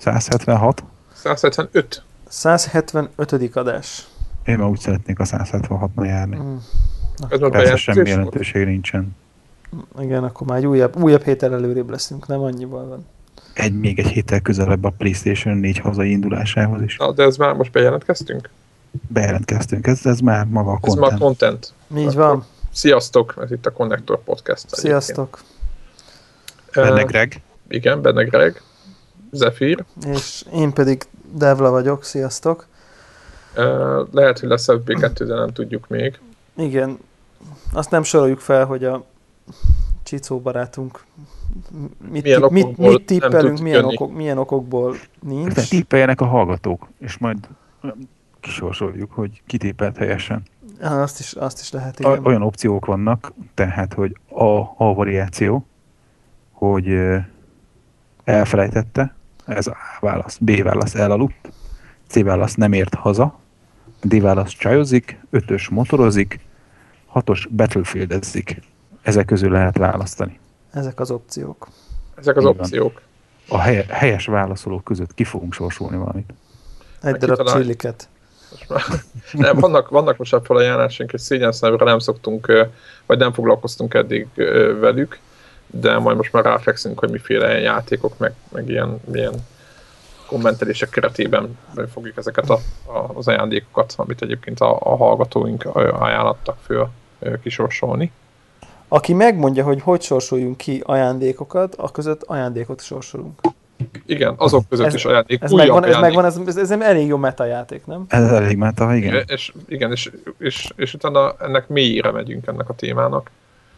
176? 175. 175. adás. Én már úgy szeretnék a 176-nal járni. Ez már Persze semmi bejelentés volt? jelentőség nincsen. Igen, akkor már egy újabb héttel előrébb leszünk, nem annyival van. Még egy héttel közelebb a PlayStation 4 hazai indulásához is. Na, de ez már most bejelentkeztünk? Bejelentkeztünk, ez már maga a Ez content. már content. Így van. Sziasztok, ez itt a Connector Podcast. Sziasztok. Benne Greg. Igen, benne Greg. Zephyr. És én pedig Devla vagyok, sziasztok. Lehet, hogy lesz FB2, de nem tudjuk még. Igen, azt nem soroljuk fel, hogy a Csicó barátunk mit tippelünk, milyen okokból nincs. De tippeljenek a hallgatók, és majd kisorsoljuk, hogy kitippelt helyesen. Azt is lehet, igen. Olyan opciók vannak, tehát, hogy A variáció, hogy elfelejtette, ez a A válasz, B válasz elaludt, C válasz nem ért haza, D válasz csajozik, 5-ös motorozik, 6-os battlefieldezik. Ezek közül lehet választani. Ezek az opciók. Ezek az opciók. A helyes válaszolók között ki fogunk sorsolni valamit. Egy darab csilliket. Nem, vannak most a felajánlásunk, és szégyenszemre nem szoktunk, vagy nem foglalkoztunk eddig velük, de majd most már ráfekszünk, hogy miféle játékok, meg ilyen kommentelések keretében fogjuk ezeket az ajándékokat, amit egyébként a hallgatóink ajánlottak föl kisorsolni. Aki megmondja, hogy sorsoljunk ki ajándékokat, a között ajándékot sorsolunk. Igen, azok között is ajándék. Ez megvan, ez elég jó meta játék, nem? Ez elég meta, igen. És utána ennek mélyére megyünk ennek a témának.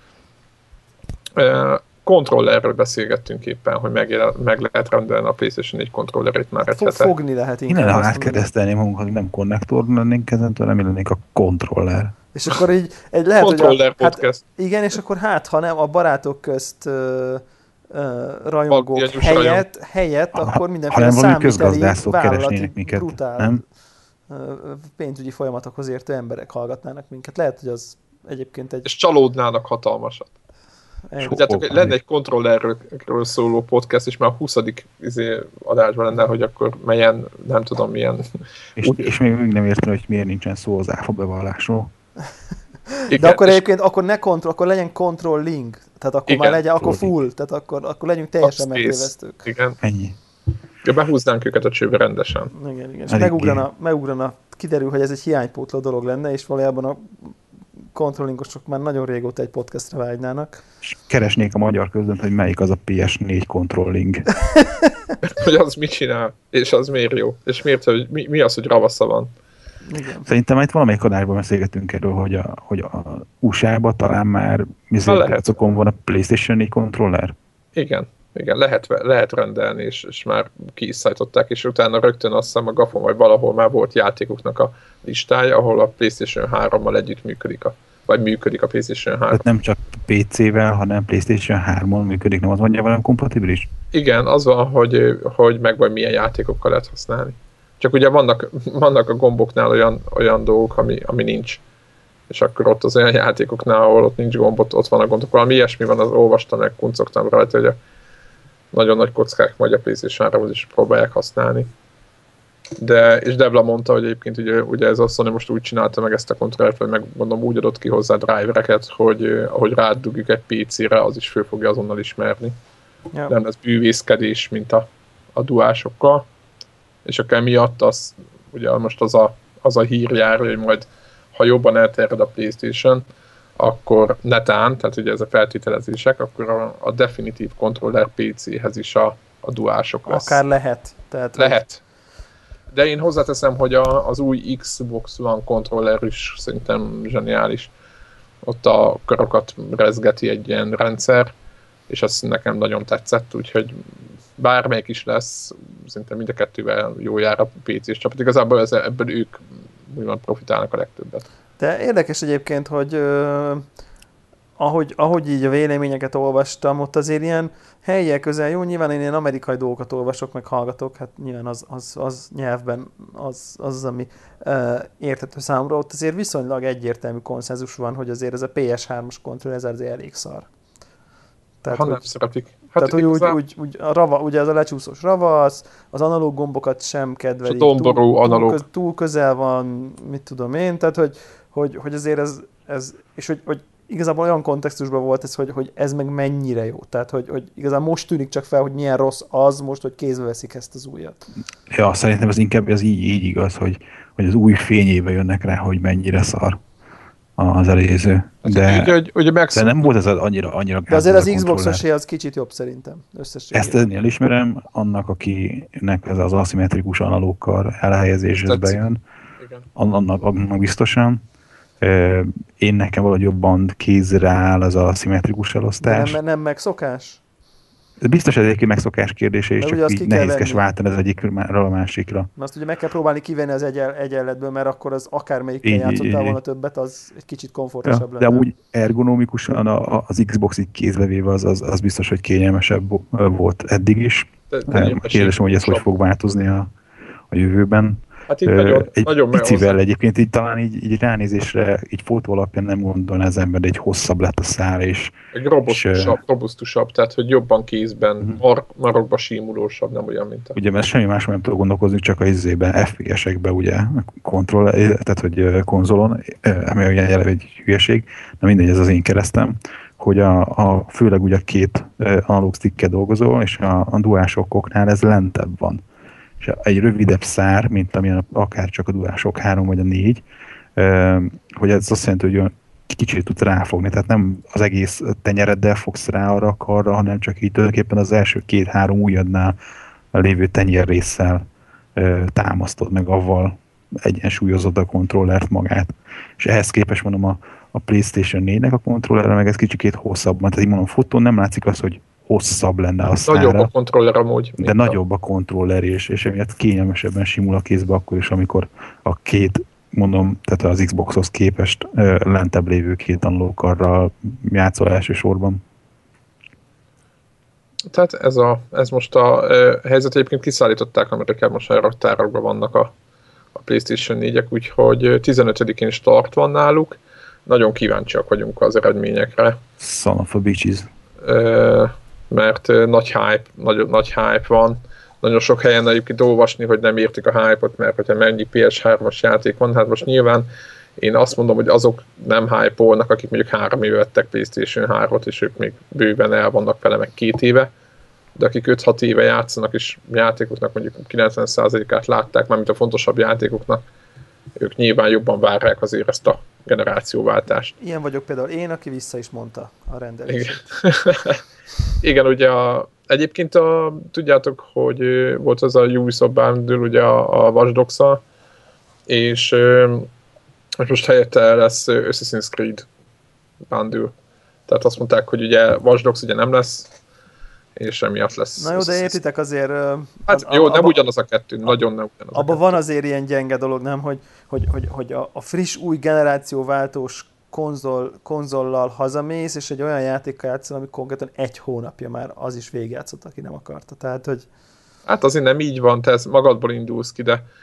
Kontrollerről beszélgettünk éppen, hogy meg lehet rendelni a PlayStation 4 kontrollerét már egy hete. Fogni lehet inkább. Innen átkeresztelném magunkat, hogy nem konnektor lennénk ezentől, nem lennénk a kontroller. És akkor így lehet, Controller hogy podcast. Igen, és akkor ha nem a barátok közt rajongók helyett akkor mindenféle számíteli, vállalati, brutál nem? Pénzügyi folyamatokhoz értő emberek hallgatnának minket. Lehet, hogy az egyébként egy... És csalódnának hatalmasat. Lenne egy kontrollerről szóló podcast, és már a 20. adásban lenne, hogy akkor melyen, nem tudom milyen... És még nem értem, hogy miért nincsen szó az áfa bevallásról. De akkor egyébként akkor legyen controlling, tehát akkor már legyen, akkor full, tehát akkor legyünk teljesen megtévesztők. Igen. Ennyi. Ja, behúznánk őket a csőbe rendesen. Igen. És megugrana, kiderül, hogy ez egy hiánypótló dolog lenne, és valójában a kontrollingosok már nagyon régóta egy podcastra vágynának. És keresnék a magyar közönt, hogy melyik az a PS4 controlling. Hogy az mit csinál, és az miért jó, és miért, hogy mi az, hogy ravasza van. Igen. Szerintem itt valamelyik adásban beszélgetünk erről, hogy a USA-ban talán már piacokon van a PlayStation 4 kontroller. Igen, lehet rendelni, és már ki is szállították, és utána rögtön azt hiszem a Gafon vagy valahol már volt játékoknak a listája, ahol a PlayStation 3-mal együtt működik a PlayStation 3. Tehát nem csak PC-vel, hanem PlayStation 3-on működik, nem az mondja velem kompatibilis? Igen, az van, hogy meg vagy milyen játékokkal lehet használni. Csak ugye vannak a gomboknál olyan dolgok, ami nincs. És akkor ott az olyan játékoknál, ahol ott nincs gomb, ott van a gond. Valami ilyesmi van, olvastam, meg kuncogtam rajta, hogy a nagyon nagy kockák majd a PlayStation 3-hoz is próbálják használni. És Debla mondta, hogy egyébként ugye ez a Sony most úgy csinálta meg ezt a kontrollert, vagy meg mondom úgy adott ki hozzá drivereket, hogy ahogy rádugjuk egy PC-re, az is föl fogja azonnal ismerni. Ja. Nem lesz bűvészkedés, mint a duásokkal. És akár miatt ugye most az a hír jár, hogy majd ha jobban elterjed a PlayStation, akkor netán, tehát ugye ez a feltételezések, akkor a definitív controller PC-hez is a duások lesz. Akár lehet. Lehet. De én hozzáteszem, hogy az új Xbox One controller is szerintem zseniális. Ott a karokat rezgeti egy ilyen rendszer, és az nekem nagyon tetszett, úgyhogy bármelyik is lesz, szerintem mind a kettővel jó jár a PC-s csapat. Igazából ebből ők úgymond profitálnak a legtöbbet. De érdekes egyébként, hogy ahogy így a véleményeket olvastam, ott azért ilyen helyiek közel, jó, nyilván én ilyen amerikai dolgokat olvasok, meg hallgatok, hát nyilván az nyelvben az ami érthető számomra, ott azért viszonylag egyértelmű konszenzus van, hogy azért ez a PS3-as kontroller ez azért elég szar. Tehát, nem szeretik. Hát Tehát, hogy úgy a rava, ugye ez a lecsúszós ravasz, az analóg gombokat sem kedvelik. És a domború analóg. Túl közel van, mit tudom én, tehát, hogy azért ez és hogy igazából olyan kontextusban volt ez, hogy ez meg mennyire jó. Tehát, hogy igazából most tűnik csak fel, hogy milyen rossz az most, hogy kézbe veszik ezt az újat. Ja, szerintem ez inkább ez így igaz, hogy az új fényébe jönnek rá, hogy mennyire szar az előző. De nem volt ez annyira de azért az Xbox-osé Xbox-osé az kicsit jobb szerintem. Ezt ennél ismerem, annak, akinek ez az aszimmetrikus analókkal elhelyezéshez bejön, annak biztosan. Én nekem valahogy jobban kézre áll az a szimmetrikus elosztás. De nem megszokás? Ez biztos egyébként megszokás kérdése, és csak így nehézkes váltani az egyikről a másikra. Mert azt ugye meg kell próbálni kivenni az egyenletből, mert akkor az akármelyikkel játszottál volna többet, az egy kicsit komfortosabb lenne. De úgy ergonomikusan az Xbox így kézbe véve az biztos, hogy kényelmesebb volt eddig is. Kérdésem, hogy ez hogy fog változni a jövőben. Hát itt nagyon picivel egyébként így talán így ránézésre, így fotó alapján nem gondolná az ember, de egy hosszabb lett a szál, és... Egy robusztusabb, tehát hogy jobban kézben, marokba símulósabb, nem olyan, mint a... Ugye, mert semmi másról nem tudok gondolkozni, csak a FPS-ekben ugye tehát hogy konzolon, ami olyan jelleg egy hülyeség, de mindegy, ez az én keresztem, hogy főleg ugye a két analóg stickkel dolgozol, és a DualShock-oknál ez lentebb van. És egy rövidebb szár, mint amilyen akár csak a DualShock 3 vagy a 4, hogy ez azt jelenti, hogy kicsit tudsz ráfogni, tehát nem az egész tenyereddel fogsz rá arra a karra, hanem csak így tulajdonképpen az első 2-3 ujjadnál lévő tenyérrésszel támasztod meg, avval egyensúlyozod a kontrollert magát. És ehhez képest mondom a PlayStation 4-nek a kontrollerre, meg ez kicsikét hosszabb van. Tehát így mondom, fotón nem látszik az, hogy hosszabb lenne a szára. Nagyobb a kontroller amúgy. De nagyobb a kontroller, és emiatt kényelmesebben simul a kézbe akkor is, amikor a két, mondom, tehát az Xboxhoz képest lentebb lévő két analógkarral játszol elsősorban. Tehát ez most a helyzet, egyébként kiszállították Amerikában, most a raktárakban vannak a PlayStation 4-ek, úgyhogy 15-én is start van náluk. Nagyon kíváncsiak vagyunk az eredményekre. Son of a bitches. Mert nagy hype van. Nagyon sok helyen egyébként olvasni, hogy nem értik a hype-ot, mert hogyha mennyi PS3-as játék van, hát most nyilván én azt mondom, hogy azok nem hype-olnak, akik mondjuk 3 éve vettek PlayStation 3-ot, és ők még bőven el vannak vele, meg 2 éve, de akik 5-6 éve játszanak, és játékoknak mondjuk 90%-át látták, mármint a fontosabb játékoknak, ők nyilván jobban várják azért ezt a generációváltást. Ilyen vagyok például én, aki vissza is mondta a rendelését. Igen, ugye egyébként tudjátok, hogy volt az a Ubisoft bundle, ugye a Watch Dogs-szal, és most helyette lesz Assassin's Creed bundle. Tehát azt mondták, hogy ugye Watch Dogs ugye nem lesz, és emiatt lesz. Na jó, de értitek azért... Hát jó, nem ugyanaz a kettő, nagyon nem ugyanaz abban van azért ilyen gyenge dolog, nem? Hogy a friss, új generációváltós konzollal hazamész, és egy olyan játékkal játszol, ami konkrétan 1 hónapja már az is végigjátszott, aki nem akarta. Tehát, hogy... Hát azért nem így van, te ez magadból indulsz ki, de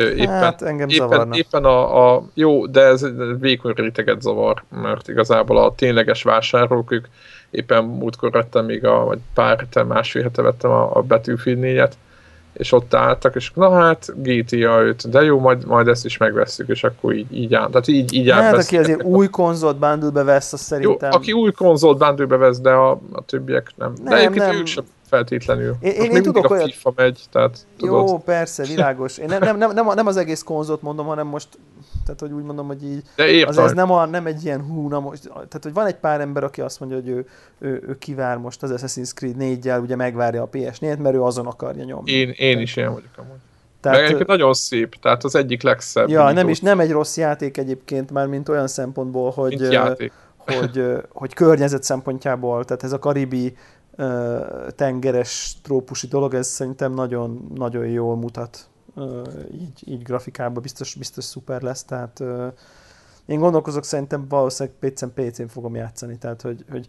éppen jó, de ez vékony réteget zavar, mert igazából a tényleges vásárlók, ők éppen múltkor vettem még vagy másfél hete vettem a Battlefield 4-et, és ott álltak, és na hát GTA 5, de jó, majd ezt is megvesszük, és akkor így áll. Tehát így áll. Hát aki azért új konzolt bundle-be vesz, azt szerintem... Jó, aki új konzolt bundle-be vesz, de a többiek nem. De egyébként ők sem feltétlenül. Én tudok olyat... a FIFA megy, tehát tudod. Jó, persze, világos. Én nem az egész konzolt mondom, hanem most, tehát hogy úgy mondom, hogy így... De ez nem egy ilyen most, tehát hogy van egy pár ember, aki azt mondja, hogy ő kivár most az Assassin's Creed 4-jel, ugye megvárja a PS4-t, mert ő azon akarja nyomni. Én is ilyen vagyok amúgy. Tehát, meg egyébként nagyon szép, tehát az egyik legszebb. Ja, nem egy rossz játék egyébként, már mint olyan szempontból, hogy környezet szempontjából, tehát ez a karibi tengeres, trópusi dolog, ez szerintem nagyon, nagyon jól mutat így grafikában, biztos szuper lesz, tehát én gondolkozok, szerintem valószínűleg PC-n fogom játszani, tehát hogy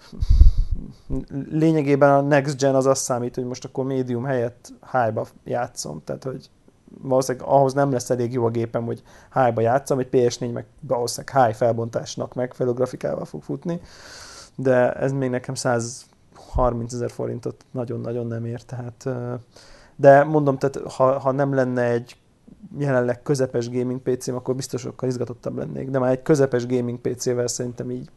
lényegében a Next Gen az azt számít, hogy most akkor médium helyett high-ba játszom, tehát hogy valószínűleg ahhoz nem lesz elég jó a gépem, hogy high-ba játszom, egy PS4 meg valószínűleg high felbontásnak megfelelő grafikával fog futni, de ez még nekem 120 30 000 forintot nagyon-nagyon nem ér, tehát de mondom, tehát ha nem lenne egy jelenleg közepes gaming PC-m, akkor biztos sokkal izgatottabb lennék, de már egy közepes gaming PC-vel szerintem így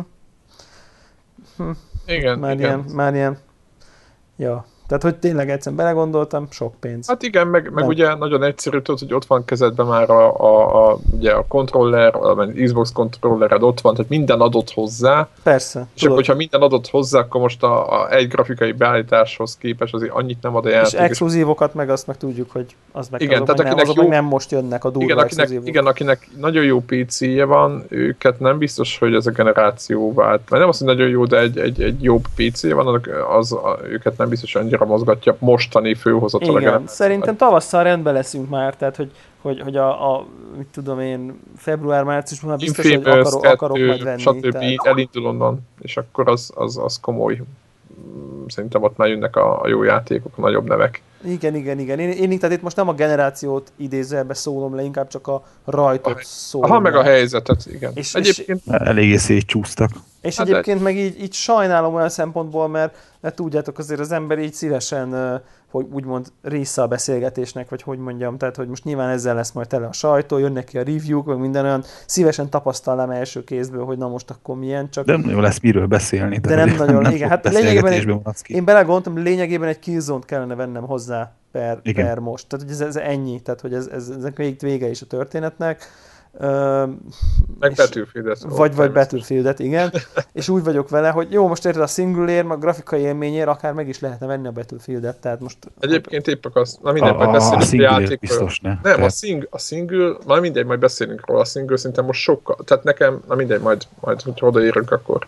Igen, már ilyen, ja. Tehát, hogy tényleg egyszerűen belegondoltam, sok pénz. Hát igen, meg ugye nagyon egyszerű, tudod, hogy ott van kezedben már ugye a controller, a Xbox controllered ott van, tehát minden adott hozzá. Persze. És akkor, hogyha minden adott hozzá, akkor most egy grafikai beállításhoz képest azért annyit nem ad a játék. És exkluzívokat meg azt meg tudjuk, hogy az meg, igen, azok, tehát meg, azok meg nem most jönnek a durva exkluzívok. Igen, akinek nagyon jó PC-je van, őket nem biztos, hogy ez a generáció vált. Mert nem azt, hogy nagyon jó, de egy jobb PC-je van, őket nem biztos, hogy annyira mozgatja mostani főhozatal. Igen, szerintem tavasszal rendben leszünk már, tehát hogy a mit tudom én, február-márciusban már biztos, hogy akarok majd venni. Stb. Tehát... elindul onnan, és akkor az komoly. Szerintem ott már jönnek a jó játékok, a nagyobb nevek. Igen. Én tehát itt most nem a generációt idézőjelbe szólom le, inkább csak a rajtot szólom. Aha, meg a helyzetet, igen. És egyébként eléggé szétcsúsztak. És egyébként meg így sajnálom olyan szempontból, mert tudjátok, azért az ember így szívesen, hogy úgymond része a beszélgetésnek, vagy hogy mondjam, tehát hogy most nyilván ezzel lesz majd tele a sajtó, jönnek ki a review-k, meg minden olyan, szívesen tapasztalnám első kézből, hogy na most akkor milyen, csak... De nem lesz miről beszélni. De nem nagyon, igen, hát lényegében én belegondoltam, lényegében egy Killzone-t kellene vennem hozzá per most, tehát hogy ez ennyi, tehát hogy ez vége is a történetnek. Meg Battlefieldet. Vagy Battlefieldet, igen. És úgy vagyok vele, hogy jó, most érted a singleért, meg a grafikai élményért akár meg is lehetne venni a Battlefieldet, tehát most... Egyébként épp akarsz, na mindegy, majd beszélünk a játékról. Biztos ne. Nem, a single, majd mindegy, majd beszélünk róla, a single szerintem most sokkal, tehát nekem, na mindegy, majd hogyha odaérünk, akkor...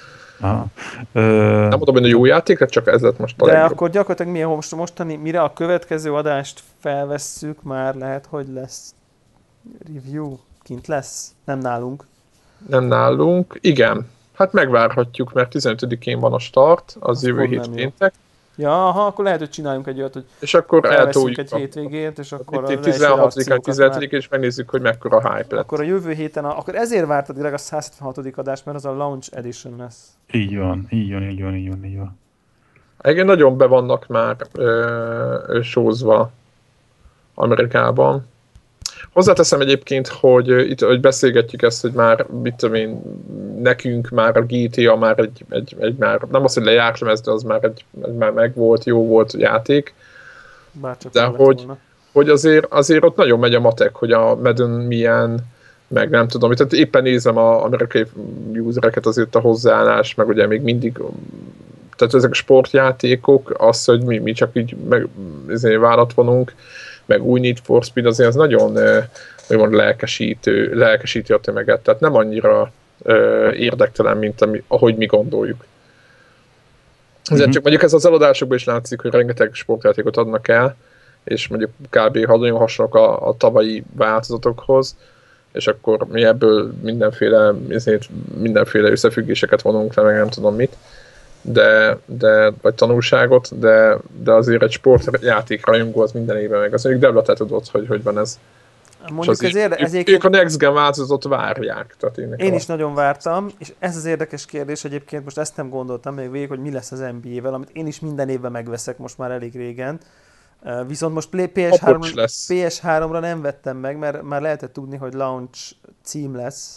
Nem mondom, hogy a jó játék, csak ez lett most a legjobb. De akkor gyakorlatilag milyen mostani, mire a következő adást felvesszük, már lehet, hogy lesz review. Kint lesz? Nem nálunk. Nem nálunk. Igen. Hát megvárhatjuk, mert 15-én van a start, az jövő hét péntek. Ja, akkor lehet, hogy csináljunk egy olyat, hogy és akkor eltoljuk egy hétvégét, és akkor 16-án, 17-én, és megnézzük, hogy mekkora hype lett. Akkor a jövő héten, akkor ezért vártad direkt a 176. adást, mert az a launch edition lesz. Így van. Igen, nagyon be vannak már sózva Amerikában. Hozzáteszem egyébként, hogy itt hogy beszélgetjük ezt, hogy már, mit tudom én, nekünk már a GTA már egy már, nem az, hogy lejárt lemez, de az már már megvolt, jó volt játék. Bárcsak de hogy azért ott nagyon megy a matek, hogy a Madden milyen, meg nem tudom, tehát éppen nézem az amerikai usereket, azért a hozzáállás, meg ugye még mindig, tehát ezek a sportjátékok, az, hogy mi csak így várat vonunk, meg új Need for Speed, azért az nagyon lelkesíti a tömeget, tehát nem annyira érdektelen, mint ahogy mi gondoljuk. Ezért csak mondjuk ez az eladásokban is látszik, hogy rengeteg sportjátékot adnak el, és mondjuk kb. Nagyon hasonlók a tavalyi változatokhoz, és akkor mi ebből mindenféle összefüggéseket vonunk le, meg nem tudom mit, vagy tanulságot, de azért egy sportjáték rajongó az minden évben meg. Az mondjuk Debla, te tudod, hogy van ez. Mondjuk ők a Next Gen változatot várják. Tehát én is nagyon vártam, és ez az érdekes kérdés egyébként, most ezt nem gondoltam még végig, hogy mi lesz az NBA-vel, amit én is minden évben megveszek most már elég régen. Viszont most PS3-ra nem vettem meg, mert már lehetett tudni, hogy launch cím lesz.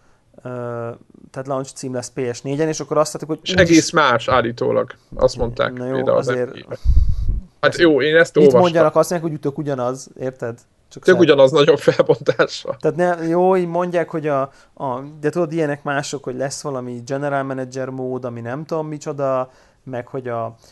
Tehát launch cím lesz PS4-en, és akkor azt mondtuk, hogy... És egész más állítólag, azt mondták. Na jó, azért... Hát jó, én ezt olvastam. Itt mondjanak, azt mondják, hogy tök ugyanaz, érted? Tök ugyanaz nagyobb felbontással. Tehát jó, így mondják, hogy de tudod, ilyenek mások, hogy lesz valami general manager mód, ami nem tudom micsoda, meg hogy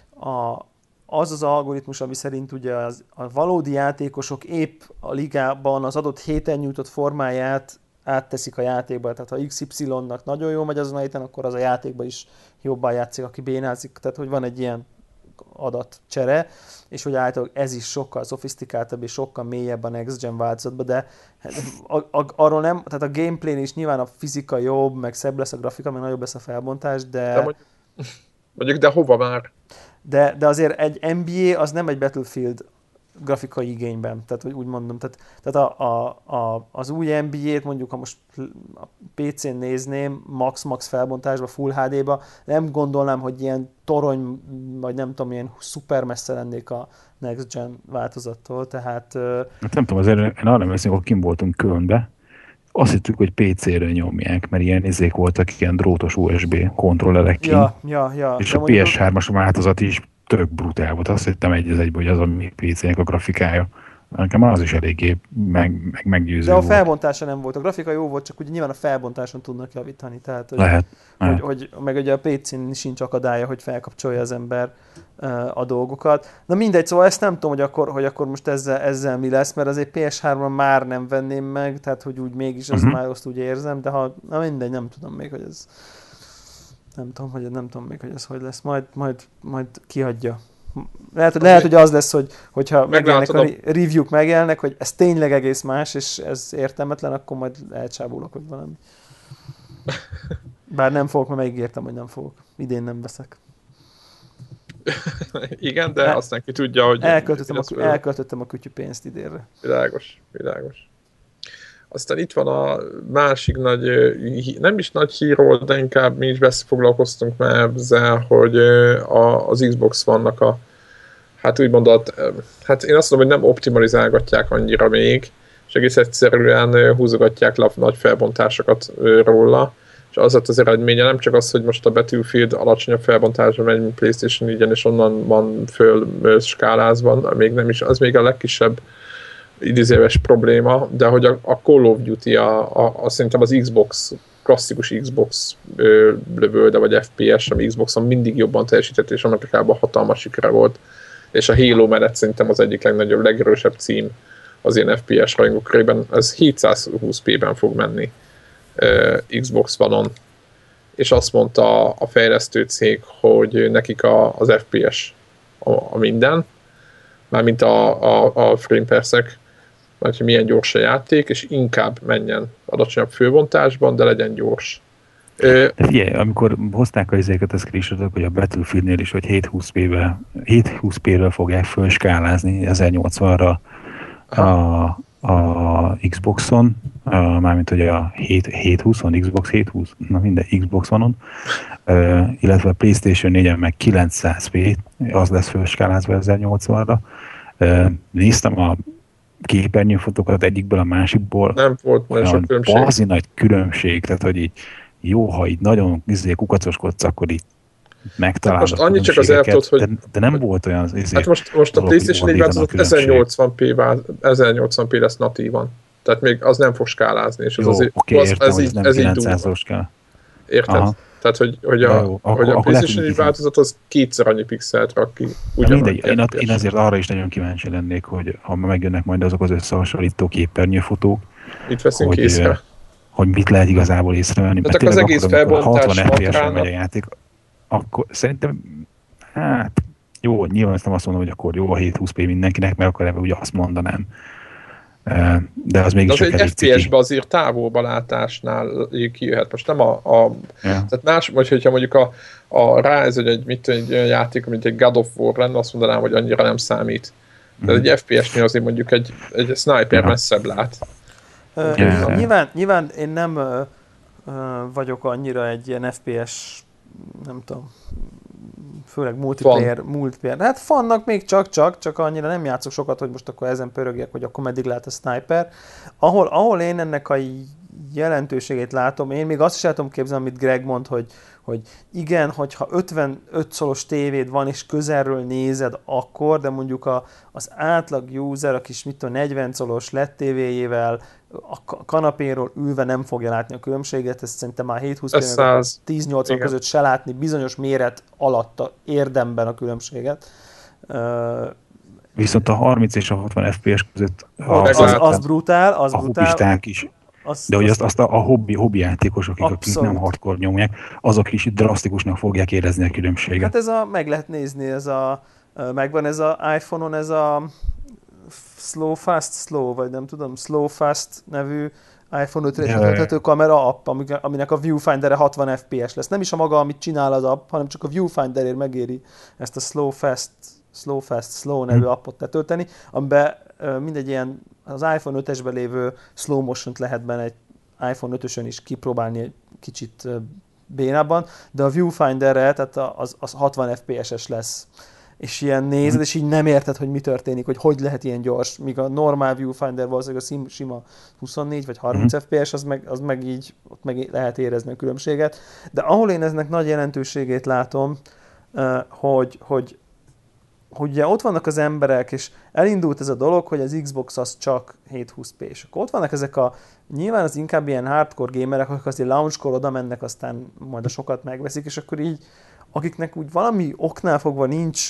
az algoritmus, ami szerint ugye a valódi játékosok épp a ligában az adott héten nyújtott formáját átteszik a játékba, tehát ha XY-nak nagyon jó megy azon a héten, akkor az a játékban is jobban játszik, aki bénázik, tehát hogy van egy ilyen adatcsere, és hogy általában ez is sokkal szofisztikáltabb és sokkal mélyebb a Next Gen változatban, de arról nem, tehát a gameplay is nyilván a fizika jobb, meg szebb lesz a grafika, meg nagyobb lesz a felbontás, de mondjuk, de hova már? De azért egy NBA az nem egy Battlefield grafikai igényben, tehát hogy úgy mondom, tehát az új NBA-t mondjuk, ha most a PC-n nézném, max felbontásba, Full HD-ba, nem gondolnám, hogy ilyen torony, vagy nem tudom, ilyen szuper messze lennék a Next Gen változattól, tehát... Hát nem tudom, azért én arra emlékszem, hogy kim voltunk Kölnbe, azt hittük, hogy PC-ről nyomják, mert ilyen izék voltak, ilyen drótos USB kontrollerek kint. Ja. És a PS3-as változat is tök brutál volt. Azt hittem egy az egyben, hogy az a mi PC-nek a grafikája. Nekem az is eléggé meggyőző volt. De a volt. felbontása nem volt. A grafika jó volt, csak ugye nyilván a felbontáson tudnak javítani. Tehát, hogy, Lehet. hogy meg ugye a PC-n sincs akadálya, hogy felkapcsolja az ember a dolgokat. Na mindegy, szóval ezt nem tudom, hogy akkor most ezzel mi lesz, mert azért PS3-ra már nem venném meg, tehát hogy úgy mégis már azt úgy érzem, de na mindegy, nem tudom még, hogy ez... Nem tudom még, hogy ez hogy lesz. Majd kihagyja. Lehet, hogy az lesz, hogyha megjelennek a review-k megjelennek, hogy ez tényleg egész más, és ez értelmetlen, akkor majd elcsábulok, hogy valami. Bár nem fogok, mert megígértem, hogy nem fogok. Idén nem veszek. Igen, de aztán ki tudja, hogy... Elköltöttem a kütyű pénzt idénre. Világos. Aztán itt van a másik nagy, nem is nagy hírról, de inkább mi is foglalkoztunk már ezzel, hogy az Xbox vannak hát úgy mondod, hát én azt mondom, hogy nem optimalizálgatják annyira még, és egész egyszerűen húzogatják le a nagy felbontásokat róla, és az lett az eredménye, nem csak az, hogy most a Battlefield alacsonyabb felbontásra megy, mint PlayStation 4-en, és onnan van föl skálázva, még nem is, az még a legkisebb idézőjeles probléma, de hogy a Call of Duty, szerintem az Xbox, klasszikus Xbox lövölde, vagy FPS, ami Xboxon mindig jobban teljesített, és Amerikában hatalmas sikere volt. És a Halo mellett szerintem az egyik legnagyobb, legerősebb cím az ilyen FPS rajongók körében. Ez 720p-ben fog menni Xbox One-on. És azt mondta a fejlesztő cég, hogy nekik az FPS a minden, mármint a frame percek, mert hogy milyen gyors a játék, és inkább menjen alacsonyabb főbontásban, de legyen gyors. De figyelj, amikor hozták a izéket a screenshotok, hogy a Battlefieldnél is, hogy 720p-ről fogják fölskálázni 1080-ra a Xboxon, mármint hogy a 720-on, Xbox 720, na minden Xbox One-on, illetve a PlayStation 4-en meg 900p, az lesz fölskálázva 1080-ra. Néztem a képernyőfotókat egyikből a másikból. Nem volt olyan sok különbség. Bazi nagy különbség, tehát hogy így jó, ha így nagyon kukacoskodsz, akkor így megtalálod. Hát most annyi csak az eltudott, hogy... De nem volt olyan... Hát most a PlayStation 4 változat 1080p lesz natívan. Tehát még az nem fog skálázni. És jó, értem, ez így 900-os kell. Érted? Aha. Tehát, hogy a PlayStation 4 változat az kétszer annyi pixelt rak ki. Én azért arra is nagyon kíváncsi lennék, hogy ha megjönnek majd azok az összehasonlító képernyőfotók, itt veszünk észre. Hogy mit lehet igazából észrevenni. Tehát az egész felbontás 60 FPS-en megy a játék, akkor szerintem, hát jó, nyilván ezt nem azt mondom, hogy akkor jó a 720p mindenkinek, mert akkor ebben ugye azt mondanám. De az mégis csak egy FPS-be azért távolba látásnál kijöhet. Most nem tehát más, vagy hogyha mondjuk a Rise, vagy egy játék, mint egy God of War lenne, azt mondanám, hogy annyira nem számít. De egy FPS-nél azért mondjuk egy sniper messzebb lát. Nyilván én nem vagyok annyira egy ilyen FPS, nem tudom, főleg multiplayer. Hát fannak még csak annyira nem játszok sokat, hogy most akkor ezen pörögjek, hogy akkor meddig lát a sniper. Ahol én ennek a jelentőségét látom, én még azt is el tudom képzelni, amit Greg mond, hogy igen, hogyha 55 szolos tévéd van, és közelről nézed akkor, de mondjuk az átlag user, aki 40 szolos LED tévéjével a kanapéról ülve nem fogja látni a különbséget, ezt szerintem már 720 1080 között se látni, bizonyos méret alatt érdemben a különbséget. Viszont a 30 és a 60 FPS között az brutál, a hobbisták is. De hogy azt a hobbi játékosok, akik nem hardcore nyomják, azok is drasztikusnak fogják érezni a különbséget. Hát meg lehet nézni, megvan ez a iPhone-on ez a Slow, vagy nem tudom, Slow Fast nevű iPhone 5-re tölthető kamera app, aminek a viewfinder-e 60 FPS lesz. Nem is a maga, amit csinál az app, hanem csak a viewfinderért megéri ezt a Slow Fast Slow Fast Slow nevű appot letölteni, amiben mindegy ilyen az iPhone 5-esben lévő slow motion-t lehet benne egy iPhone 5-ösön is kipróbálni egy kicsit bénában, de a viewfinder-re, tehát az 60 FPS-es lesz. És ilyen nézed, és így nem érted, hogy mi történik, hogy lehet ilyen gyors, míg a normál viewfinder valószínűleg a sima 24 vagy 30 FPS, az meg így, ott meg lehet érezni a különbséget. De ahol én eznek nagy jelentőségét látom, hogy ugye ott vannak az emberek, és elindult ez a dolog, hogy az Xbox az csak 720p, és akkor ott vannak ezek nyilván az inkább ilyen hardcore gamerek, akik azért launchkor oda mennek, aztán majd a sokat megveszik, és akkor így, akiknek úgy valami oknál fogva nincs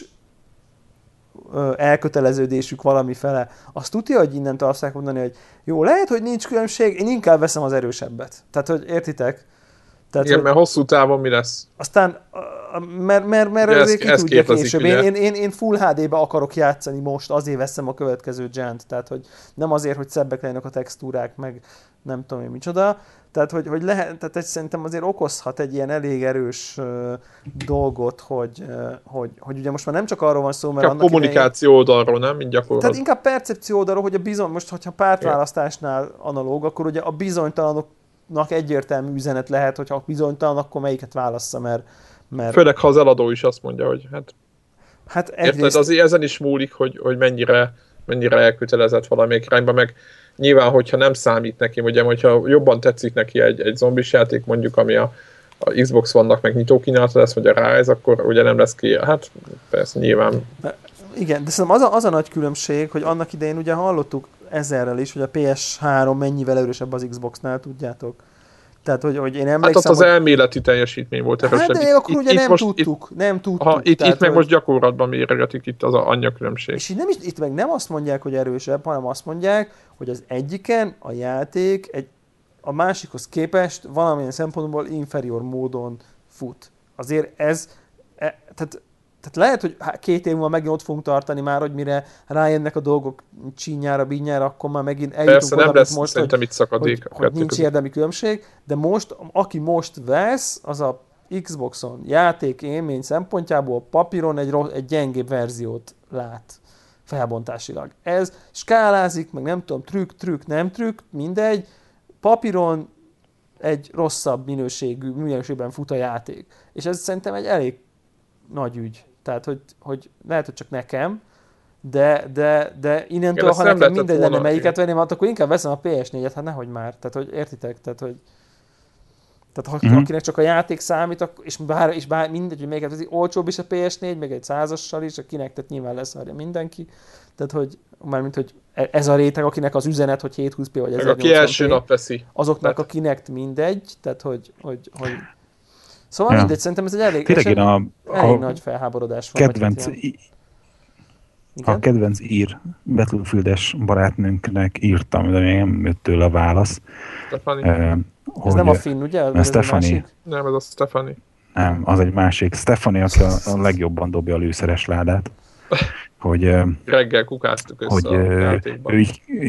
elköteleződésük valami fele, azt tudja, hogy innentől azt fogják mondani, hogy jó, lehet, hogy nincs különbség, én inkább veszem az erősebbet. Tehát, hogy értitek? Tehát, igen, mert hosszú távon mi lesz? Aztán, mert azért ki tudja később. Én Full HD-be akarok játszani most, azért veszem a következő gent. Tehát, hogy nem azért, hogy szebbek legyenek a textúrák, meg nem tudom én micsoda. Tehát, hogy lehet, tehát szerintem azért okozhat egy ilyen elég erős dolgot, hogy ugye most már nem csak arról van szó, mert annak kommunikáció oldalról, nem? Mint gyakorlat. Tehát inkább percepció oldalról, hogy most, hogyha pártválasztásnál analóg, akkor ugye a bizonytalanoknak egyértelmű üzenet lehet, hogyha bizonytalan, akkor melyiket válassza, mert... Főleg, ha az eladó is azt mondja, hogy hát egyrészt... Érted, azért ezen is múlik, hogy mennyire elkötelezett valamelyik irányba, meg nyilván, hogyha nem számít neki, ugye, hogyha jobban tetszik neki egy zombis játék, mondjuk, ami a Xbox One-nak meg nyitókínálata lesz, vagy a Rise, akkor ugye nem lesz ki. Hát persze, nyilván. Igen, de szerintem az a nagy különbség, hogy annak idején ugye hallottuk ezerrel is, hogy a PS3 mennyivel erősebb az Xboxnál, tudjátok. Tehát, hogy én emlékszem, hát ott az elméleti teljesítmény volt erősebb. Hát de akkor ugye nem tudtuk. Itt meg most gyakorlatban méregetik itt az anyja különbség. És itt meg nem azt mondják, hogy erősebb, hanem azt mondják, hogy az egyiken a játék a másikhoz képest valamilyen szempontból inferior módon fut. Azért tehát lehet, hogy 2 év múlva megint ott fogunk tartani már, hogy mire rájönnek a dolgok csínyára, bínyára, akkor már megint eljutunk persze, oda, nem lesz most, szerintem itt szakadék. Hogy nincs érdemi különbség, de most, aki most vesz, az a Xboxon játék élmény szempontjából papíron egy gyengébb verziót lát felbontásilag. Ez skálázik, meg nem tudom, trükk, nem trükk, mindegy, papíron egy rosszabb minőségben fut a játék. És ez szerintem egy elég nagy ügy. Tehát, hogy lehet, hogy csak nekem, de innentől, ha nekem mindegy lenne melyiket venném, akkor inkább veszem a PS4-et, hát nehogy már. Tehát, hogy értitek? Tehát akinek csak a játék számít, és bár mindegy, hogy melyiket veszi, olcsóbb is a PS4, meg egy 100-assal is, akinek, tehát nyilván leszarja mindenki. Tehát, hogy mármint, hogy ez a réteg, akinek az üzenet, hogy 720p vagy 1080p. Aki első nap veszi. Azoknak a Kinect mindegy, tehát, hogy Szóval mindegy, szerintem ez egy elég nagy felháborodás van. A kedvenc ír Battlefield-es barátnőnknek írtam, de még nem jött tőle a válasz. Ez nem a finn, ugye? Ez Stephanie. Nem, ez a Stephanie. Nem, az egy másik. Stephanie, aki a legjobban dobja a lőszeres ládát. Hogy, reggel kukáztuk össze a játékban.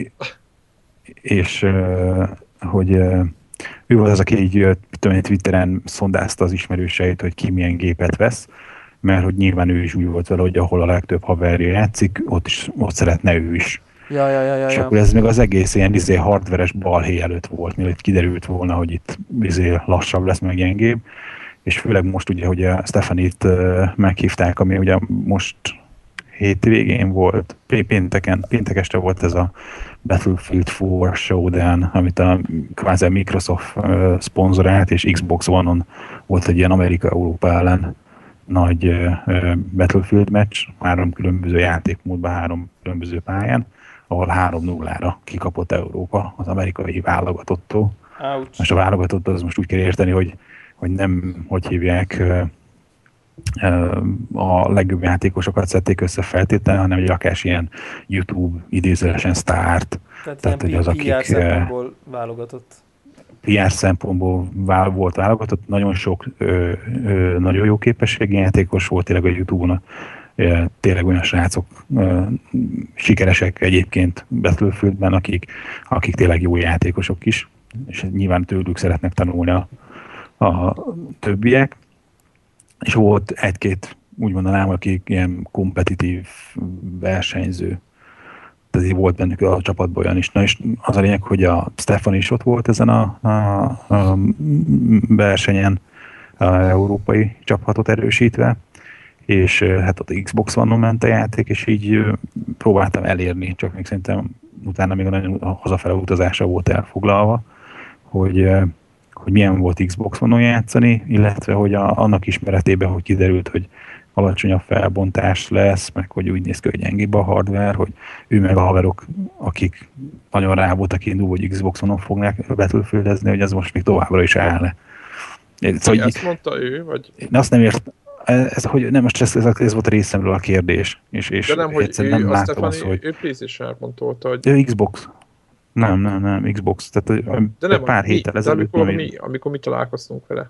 Hogy ő volt az, aki így Twitteren szondázta az ismerőseit, hogy ki milyen gépet vesz, mert hogy nyilván ő is úgy volt vele, hogy ahol a legtöbb haverja játszik, ott szeretne ő is. Ja. És akkor ez még az egész ilyen hardveres balhé előtt volt, mielőtt kiderült volna, hogy itt lassabb lesz, meg gyengébb. És főleg most ugye, hogy a Stephanie-t meghívták, ami ugye most hétvégén volt, péntek este volt ez a Battlefield 4 Showdown, amit a kvázi Microsoft szponzorált, és Xbox One-on volt egy ilyen Amerika-Európa ellen nagy Battlefield meccs, 3 különböző játékmódban, 3 különböző pályán, ahol 3-0-ra kikapott Európa az amerikai válogatottól. És a válogatott az most úgy kell érteni, hogy nem, hogy hívják, a legjobb játékosokat szedték össze feltétlenül, hanem egy akár ilyen YouTube idézősen sztárt. Tehát ilyen az, akik, PR szempontból válogatott. PR szempontból volt válogatott, nagyon sok nagyon jó képességi játékos volt tényleg a YouTube-on, tényleg olyan srácok sikeresek egyébként Battlefieldben, akik tényleg jó játékosok is, és nyilván tőlük szeretnek tanulni a többiek. És volt egy-két úgy mondanám, akik ilyen kompetitív versenyző. Tehát volt bennük a csapatban olyan is. Na és az a lényeg, hogy a Stefan is ott volt ezen a versenyen, a európai csapatot erősítve, és hát ott Xbox One-on ment a játék, és így próbáltam elérni, csak még szerintem utána még a hazafele utazása volt elfoglalva, hogy milyen volt Xbox One-on játszani, illetve hogy annak ismeretében, hogy kiderült, hogy alacsonyabb felbontás lesz, meg hogy úgy néz ki, hogy gyengébb a hardware, hogy ő meg a haverok, akik nagyon rá voltak indulva, hogy Xbox One-on fognak Battlefieldezni, hogy ez most még továbbra is állne. Szóval ezt mondta ő, vagy? Én azt nem ért, hogy nem, most ez volt a részemről a kérdés. És de nem, hogy ő, nem a Stefani, azt, hogy... ő PlayStation-on tolta, hogy... Ő Xbox. Nem, Xbox. Tehát de nem, pár héttel ezelőtt. Amikor mi találkoztunk vele.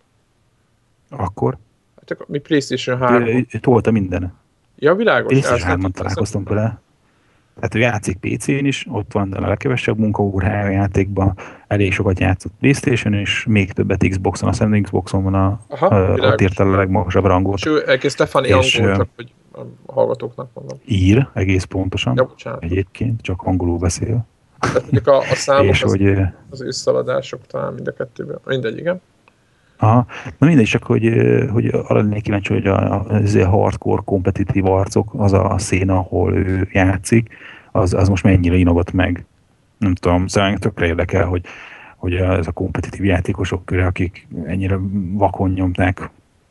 Akkor? Hát mi PlayStation 3. Ő tolta minden. Ja, világos. PlayStation 3-on találkoztunk vele. Tehát ő játszik PC-n is, ott van a legkevesebb munkaórája a játékban, elég sokat játszott PlayStation, és még többet Xboxon, azt hiszem Xboxon van ott írta a legmagasabb rangot. És ő egész Stefani angol, csak hogy a hallgatóknak mondom. Ír, egész pontosan, ja, egyébként, csak angolul beszél. Tehát mondjuk a számok, és az összeladások talán mind a kettőben. Mindegy, igen. Aha. Na mindegy, csak hogy arra lennék kíváncsi, hogy a hardcore kompetitív arcok, az a széna, ahol ő játszik, az most mennyire inogott meg. Nem tudom, szóval tökre érdekel, hogy ez a kompetitív játékosok köre, akik ennyire vakon nyomták.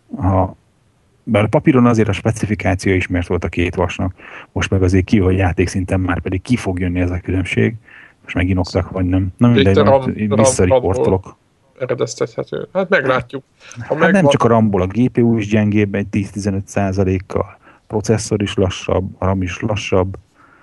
Bár a papíron azért a specifikáció ismert volt a két vasnak, most meg azért ki, hogy játékszinten már pedig ki fog jönni ez a különbség. Most meginoktak, vagy nem. Na mindegy, visszariportolok. Eredeztethető. Hát meglátjuk. Hát nem csak a RAM-ból, a GPU is gyengébb egy 10-15%-kal, processzor is lassabb, a RAM is lassabb,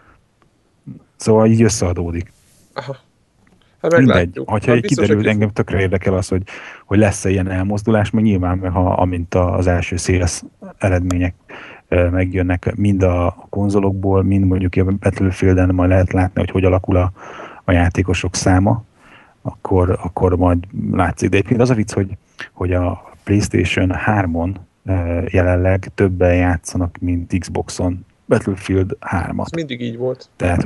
szóval így összeadódik. Aha. Hát mindegy, hogyha kiderül, engem tökre érdekel az, hogy lesz-e ilyen elmozdulás, mert nyilván, amint az első sales eredmények megjönnek mind a konzolokból, mind mondjuk a Battlefielden majd lehet látni, hogy alakul a játékosok száma, akkor majd látszik. De egyébként az a vicc, hogy a PlayStation 3-on jelenleg többen játszanak, mint Xboxon Battlefield 3-at. Ez mindig így volt. Tehát,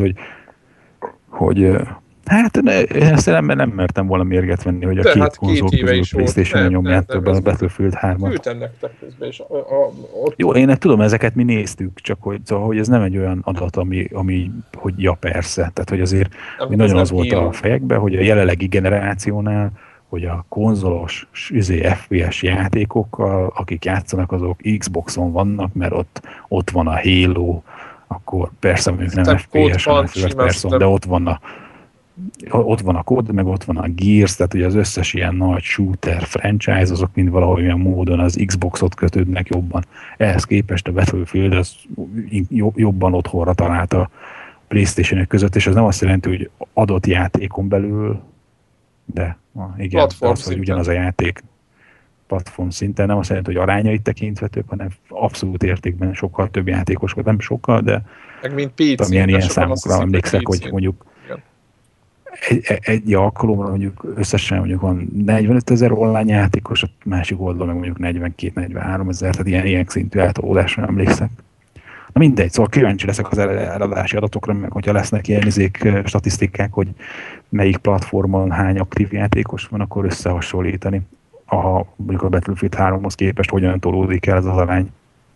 hogy hát ezt nem mertem volna mérget venni, hogy a két konzol közül PlayStation-on nyomják többen a Battlefield 3-at. Küldtem nektek közben, és Jó, én tudom, ezeket mi néztük, csak hogy ez nem egy olyan adat, ami hogy ja persze. Tehát, hogy azért nagyon az volt a fejekben, hogy a jelenlegi generációnál, hogy a konzolos FPS játékokkal, akik játszanak, azok Xboxon vannak, mert ott van a Halo, akkor persze mondjuk nem FPS, hanem First-person, de ott van a COD, meg ott van a Gears, tehát ugye az összes ilyen nagy shooter franchise, azok mind valahol olyan módon az Xboxot kötődnek jobban. Ehhez képest a Battlefield az jobban otthonra talált a PlayStation-ök között, és ez nem azt jelenti, hogy adott játékon belül, de igen, az, hogy ugyanaz a játék platform szinten, nem azt jelenti, hogy arányait tekintve több, hanem abszolút értékben sokkal több játékos, nem sokkal, de ilyen számokra emlékszek, hogy mondjuk egy alkalomra mondjuk összesen mondjuk van 45 000 online játékos, a másik oldalon meg mondjuk 42-43 000, tehát ilyen szintű eltolódásra emlékszek. Na mindegy, szóval kíváncsi leszek az eladási adatokra, meg hogyha lesznek ilyen statisztikák, hogy melyik platformon hány aktív játékos van, akkor összehasonlítani. Mondjuk a Battlefield 3-hoz képest hogyan tolódik el ez az arány.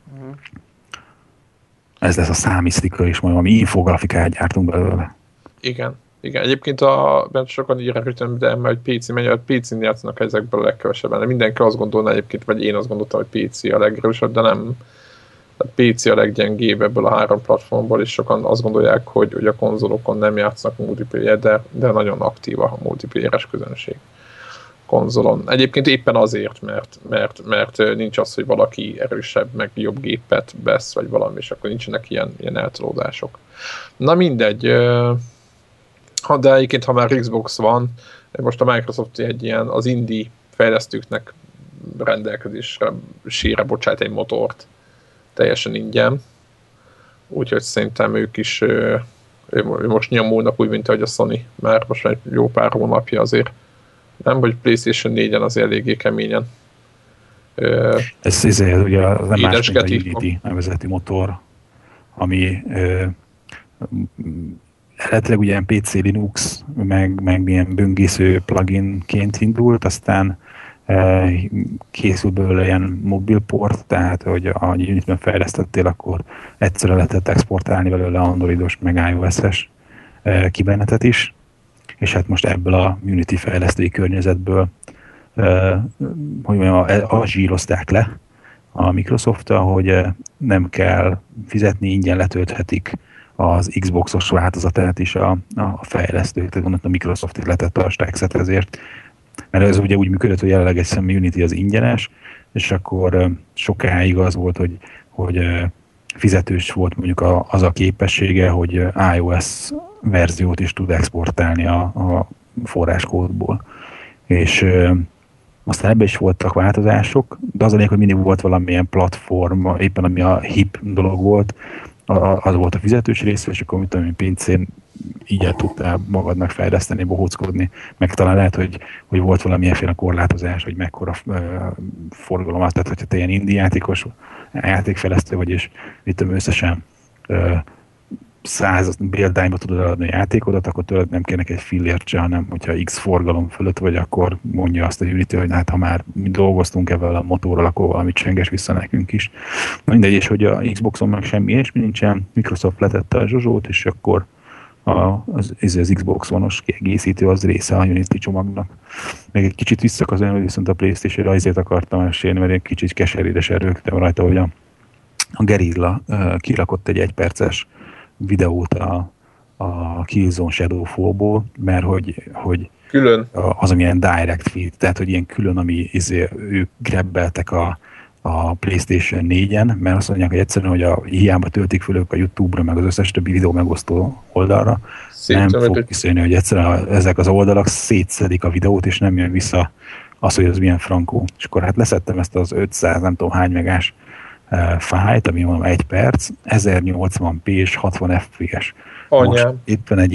Ez lesz a számisztika, és majd valami infografikát gyártunk belőle. Igen. Egyébként bent sokan írják ütemben, hogy PC megy, hogy PC-n játszanak ezekből a legkevesebben. De mindenki azt gondolná egyébként, vagy én azt gondoltam, hogy PC a legerősebb, de nem. Tehát PC a leggyengébb ebből a három platformból, és sokan azt gondolják, hogy a konzolokon nem játszanak multiplayer, de nagyon aktív a multiplayeres közönség konzolon. Egyébként éppen azért, mert nincs az, hogy valaki erősebb, meg jobb gépet vesz, vagy valami, és akkor nincsenek ilyen eltolódások. Na mindegy. De egyébként, ha már Xbox van, most a Microsoft egy ilyen az indie fejlesztőknek rendelkezésre bocsát egy motort teljesen ingyen. Úgyhogy szerintem ők is most nyomulnak úgy, mint ahogy a Sony, már most egy jó pár hónapja azért. Nem, hogy PlayStation 4-en azért eléggé keményen Ez ugye az nem más, mint a édesgeti. Unity nevezeti motor, ami eredetileg ugye ilyen PC Linux, meg ilyen böngésző pluginként indult, aztán készült belőle ilyen mobilport, tehát hogy a Unity-ben fejlesztettél, akkor egyszerre lehetett exportálni belőle androidos, meg iOS-es kimenetet is, és hát most ebből a Unity fejlesztői környezetből hogy mondjam, zsírozták le a Microsoft-tal, hogy nem kell fizetni, ingyen letölthetik az Xbox-os változatát is a fejlesztők, tehát a Microsoft letette a Staxet ezért, mert ez ugye úgy működött, hogy jelenleg egy Unity az ingyenes, és akkor sokáig az volt, hogy fizetős volt mondjuk az a képessége, hogy iOS verziót is tud exportálni a forráskódból. És aztán ebben is voltak változások, de az a lényeg, hogy mindig volt valamilyen platform, éppen ami a hip dolog volt, az volt a fizetős rész, és akkor mit tudom én, pincén így el tudtál magadnak fejleszteni, bohóckodni, meg talán lehet, hogy volt valamilyenféle korlátozás, hogy mekkora forgalomát, tehát hogyha te ilyen indie játékfejlesztő vagy, és mit tudom, összesen 100 példányba tudod adni a játékodat, akkor tőled nem kérnek egy fillért se, hanem hogyha X forgalom fölött vagy, akkor mondja azt a Unity, hogy hát ha már mi dolgoztunk ebben a motorral, akkor valamit csenges vissza nekünk is. Mindegy, és hogy a Xboxon meg semmi ilyesmi nincsen, Microsoft letette a zsozsót, és akkor az Xbox One-os kiegészítő az része a Unity csomagnak. Még egy kicsit visszakazolni, hogy viszont a PlayStation-re azért akartam mesélni, mert egy kicsit keserűen rögtem rajta, hogy a Guerrilla kirakott egy egyperces videót a Killzone Shadowfall-ból, mert hogy külön. Az, amilyen direct feed, tehát hogy ilyen külön, ami ők grabbeltek a PlayStation 4-en, mert azt mondják, hogy egyszerűen, hogy hiába töltik föl ők a YouTube-ra, meg az összes többi videó megosztó oldalra, nem fog kiszólni, hogy egyszerűen ezek az oldalak szétszedik a videót, és nem jön vissza az, hogy az milyen frankó. És akkor hát leszettem ezt az 500, nem tudom hány megás fájt, ami mondom 1 perc, 1080p és 60 fps. Most éppen egy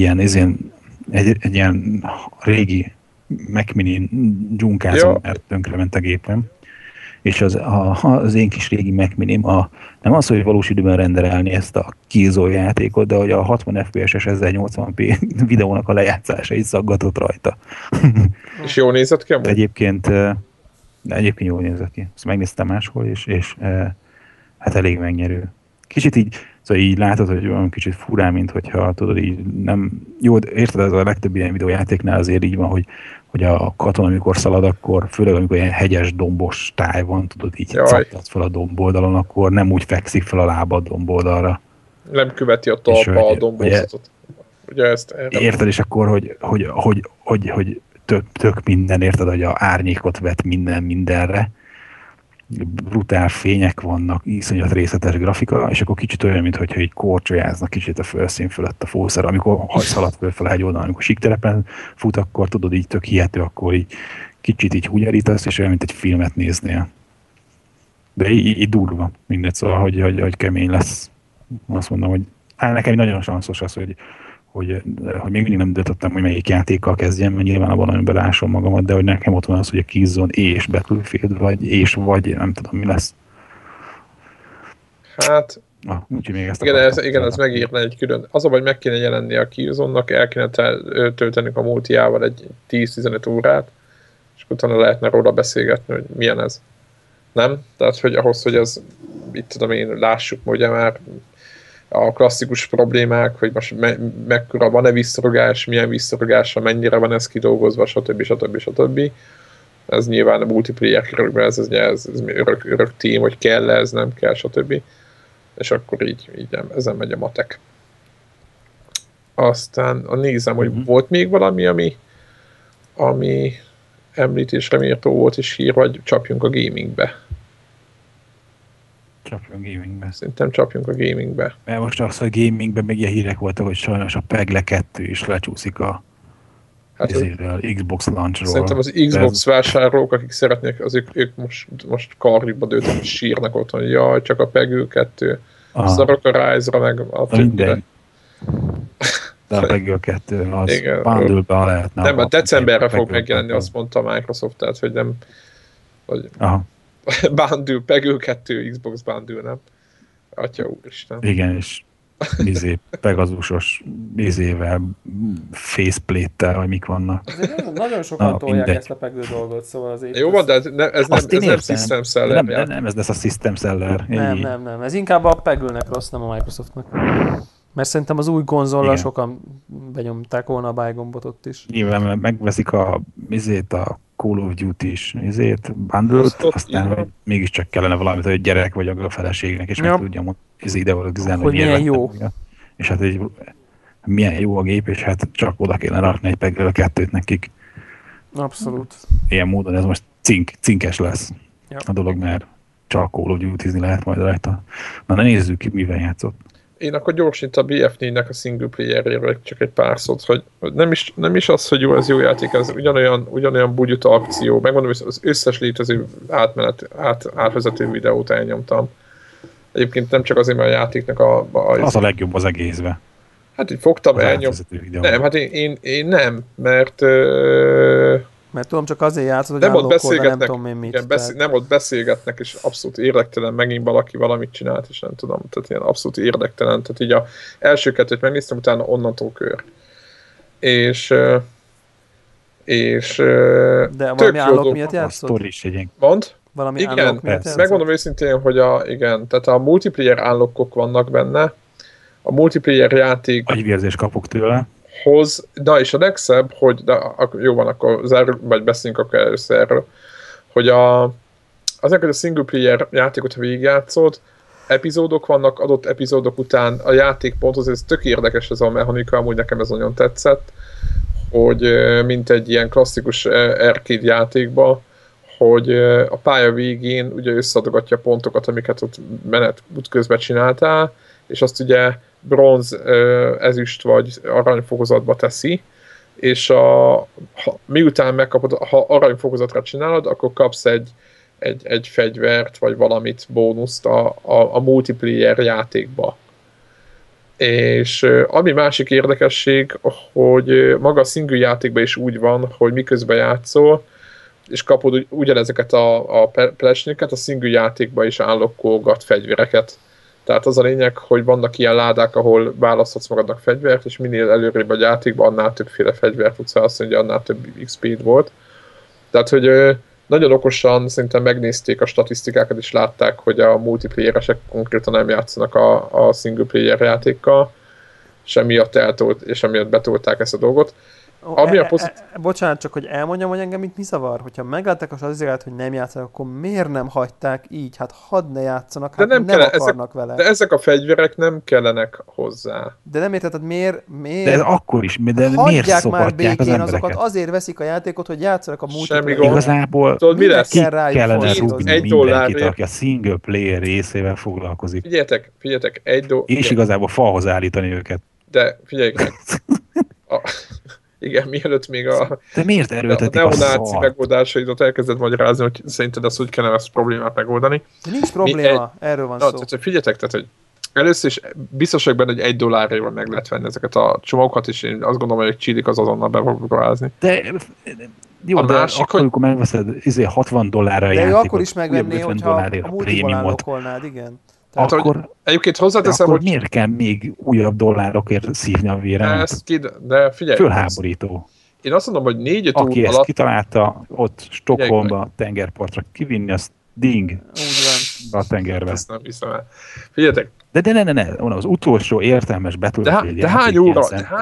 ilyen régi Mac Mini dzsunkázom, mert tönkrement a gépem. És az én kis régi Mac Minim nem az, hogy valós időben renderelni ezt a Killzone játékot, de hogy a 60 FPS-es 1080p videónak a lejátszása is szaggatott rajta. És jól nézett ki amúgy? Egyébként jól nézett ki. Ezt megnéztem máshol, és hát elég megnyerő. Kicsit így, szóval így látod, hogy olyan kicsit furán, mint hogyha tudod így nem... Jó, érted, ez a legtöbb ilyen videójátéknál azért így van, hogy a katona, amikor szalad, akkor főleg amikor ilyen hegyes, dombos táj van, tudod, így captatsz fel a domboldalon, akkor nem úgy fekszik fel a lábad domboldalra. Nem követi a talpa a dombózatot. Ugye ezt érted, és akkor, hogy tök minden, érted, hogy a árnyékot vet mindenre, brutál fények vannak, iszonyat részletes grafika, és akkor kicsit olyan, mintha így korcsolyáznak kicsit a felszín fölött a fószer, amikor szalad fölfele egy oldalon, amikor síktelepen fut, akkor tudod, így tök hihető, akkor így kicsit így húgyarítasz, és olyan, mint egy filmet néznél. De így durva, mindegy, szóval, hogy kemény lesz. Azt mondom, hogy nekem nagyon sanszos az, hogy még mindig nem döntöttem, hogy melyik játékkal kezdjem, mert nyilván abban nagyon belásom magamat, de hogy nekem ott van az, hogy a Killzone és Battlefield, vagy nem tudom, mi lesz. Hát... Úgyhogy még ezt igen, ez megírna egy külön. Az a baj, meg kéne jelenni a Killzone-nak, el kéne tölteni a multiával egy 10-15 órát, és utána lehetne róla beszélgetni, hogy milyen ez. Nem? Tehát, hogy ahhoz, hogy ez, itt tudom én, lássuk, ugye már a klasszikus problémák, hogy most mekkora van-e visszarogás, milyen visszarogással, mennyire van ez kidolgozva, stb. Ez nyilván a multiplayer körökben ez örök tím, hogy kell ez, nem kell, stb. És akkor így ezen megy a matek. Aztán nézem, hogy volt még valami, ami említésre méltó volt, és hír, vagy csapjunk a gamingbe. Csapjunk gamingbe. Szerintem csapjunk a gamingbe. Mert most az, hogy gamingben még ilyen hírek voltak, hogy sajnos a PEGLE 2 is lecsúszik a Xbox launchról. Szerintem az Xbox vásárlók, akik szeretnék, ők most karjukba dőltek, és sírnak ott, hogy jaj, csak a PEGLE 2. Szarok a Rise-ra, meg a többire. De a PEGLE 2 az bundle-be lehetne. Nem, a decemberre fog megjelenni, azt mondta a Microsoft, tehát hogy nem... Aha. Bundle, Peggle 2, Xbox Bundle, nem? Atya úristen. Igen, és Pegasusos faceplate-tel, vagy mik vannak. Nagyon sokan Na, tolják mindegy. ezt a Peggle dolgot, szóval azért... Jó van, de ez Azt én nem értem. system De seller nem ez lesz a system seller. Nem. Ez inkább a Peggle-nek rossz, nem a Microsoftnak. Mert szerintem az új konzollal Igen. sokan benyomták volna a buy gombot ott is. Nyilván megveszik a Call of Duty-s bundle-t, aztán hogy mégiscsak kellene valamit, hogy gyerek vagy a feleségnek, és meg tudja mondani, ideologizálni, hogy milyen jó. És hát milyen jó a gép, és hát csak oda kéne rakni egy Peggle 2-t nekik. Abszolút. Ilyen módon ez most cinkes lesz a dolog, mert csak Call of Duty-zni lehet majd rajta. Na, ne nézzük ki, mivel játszott. Én akkor gyorsít a BF4-nek a single player-éről csak egy pár szót, hogy nem is az, hogy jó, ez jó játék, ez ugyanolyan bugyuta akció. Megmondom, hogy az összes létező átvezető videót elnyomtam. Egyébként nem csak azért, mert a játéknak az a legjobb az egészben. Hát így fogtam, elnyomtam. Nem, hát én nem, mert... Mert tudom, csak azért játszott, hogy nem tudom én mit. Igen, nem ott beszélgetnek, és abszolút érdektelen, megint valaki valamit csinált, és nem tudom, tehát ilyen abszolút érdektelen. Tehát így a első kettőt megnéztem, utána onnantól kör. És de valami állók miatt játszott? Mond? Valami igen, megmondom őszintén, hogy igen, tehát a multiplayer unlockok vannak benne, a multiplayer játék... Agyvérzés kapok tőle. Na és a legszebb, hogy jó van, akkor vagy beszéljünk akkor először erről, hogy azért, hogy a single player játékot, ha végigjátszod, epizódok vannak, adott epizódok után a játékponthoz, ez tök érdekes ez a mechanika, amúgy nekem ez nagyon tetszett, hogy mint egy ilyen klasszikus arcade játékba, hogy a pálya végén ugye összeadogatja a pontokat, amiket ott menet közben csináltál, és azt ugye bronz, ezüst vagy aranyfokozatba teszi, és miután megkapod, ha aranyfokozatra csinálod, akkor kapsz egy fegyvert, vagy valamit, bónuszt a multiplayer játékba. És ami másik érdekesség, hogy maga a single játékban is úgy van, hogy miközben játszol, és kapod ugyanezeket a plesnyeket, a single játékban is állokkolgat fegyvereket. Tehát az a lényeg, hogy vannak ilyen ládák, ahol választhatsz magadnak fegyvert, és minél előrébb a játékban, annál többféle fegyvert tudsz használni, hogy annál több XP-d volt. Tehát, hogy nagyon okosan szerintem megnézték a statisztikákat, és látták, hogy a multiplayeresek konkrétan nem játszanak a single player játékkal, és emiatt betolták ezt a dolgot. Bocsánat, csak hogy elmondjam, hogy engem itt mi zavar. Hogyha meglátták a statisztikát, hogy nem játszanak, akkor miért nem hagyták így? Hát hadd ne játszanak, hát nem akarnak vele. De ezek a fegyverek nem kellenek hozzá. De nem érted, miért? De ez akkor is, de miért szopatják az embereket? Azokat azért veszik a játékot, hogy játszanak a multiplayer. Igazából tudod, mi lesz? Kellene rúgni mindenkit, aki a single player részével foglalkozik. Figyeljetek, és igazából falhoz állítani őket. De figyeljék meg. Igen, mielőtt még de miért erőltetik a neonáci megoldásaidat elkezdett magyarázni, hogy szerinted azt úgy kellene ezt a problémát megoldani. De nincs probléma, erről van szó. Tehát, figyeljetek, tehát, hogy először is biztosak benne, hogy $1 meg lehet venni ezeket a csomagokat, és én azt gondolom, hogy egy csilik az azonnal be fog ruházni. De jó, de másik, akkor, amikor megveszed $60 a játékot, de akkor is megvenné, hogyha a multiból állokkolnád, igen. Tehát, akkor, egyébként hozzáteszem, hogy miért kell még újabb dollárokért szívni a véremet? De figyelj. Fölháborító. Én azt mondom, hogy 4-5 óra aki ezt kitalálta, ott Stockholmba, tengerpartra kivinni, azt ding a tengerbe. Ezt nem hiszem el. Figyeljetek. De az utolsó értelmes Battlefield de hány óra?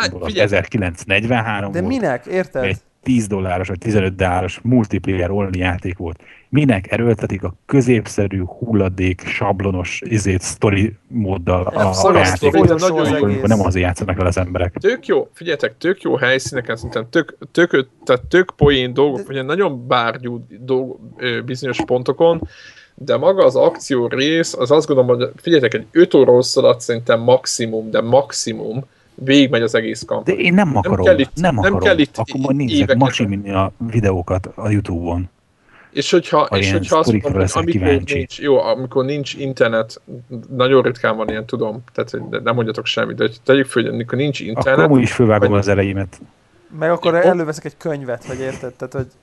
1943 de minek? Érted? Egy $10 vagy $15 multiplayer only játék volt. Minek erőltetik a középszerű, hulladék, sablonos sztori móddal a játékot, amikor nem azért játszanak vele az emberek. Tök jó, figyeljetek, tök jó helyszíneken, szerintem tök poén dolgok, vagy nagyon bárgyú bizonyos pontokon, de maga az akció rész, az azt gondolom, hogy figyeljetek, egy 5 óra alatt szerintem maximum végigmegy az egész kampány. De én nem akarom. Nem kell itt akkor majd nézzek macsimini a videókat a YouTube-on. És hogyha azt mondom, hogy amikor nincs internet, nagyon ritkán van ilyen, tudom, tehát nem mondjatok semmit, de tegyük föl, hogy amikor nincs internet... Akkor amúgy is fölvágom az elejémet. Meg akkor előveszek egy könyvet, vagy érted? Tehát, hogy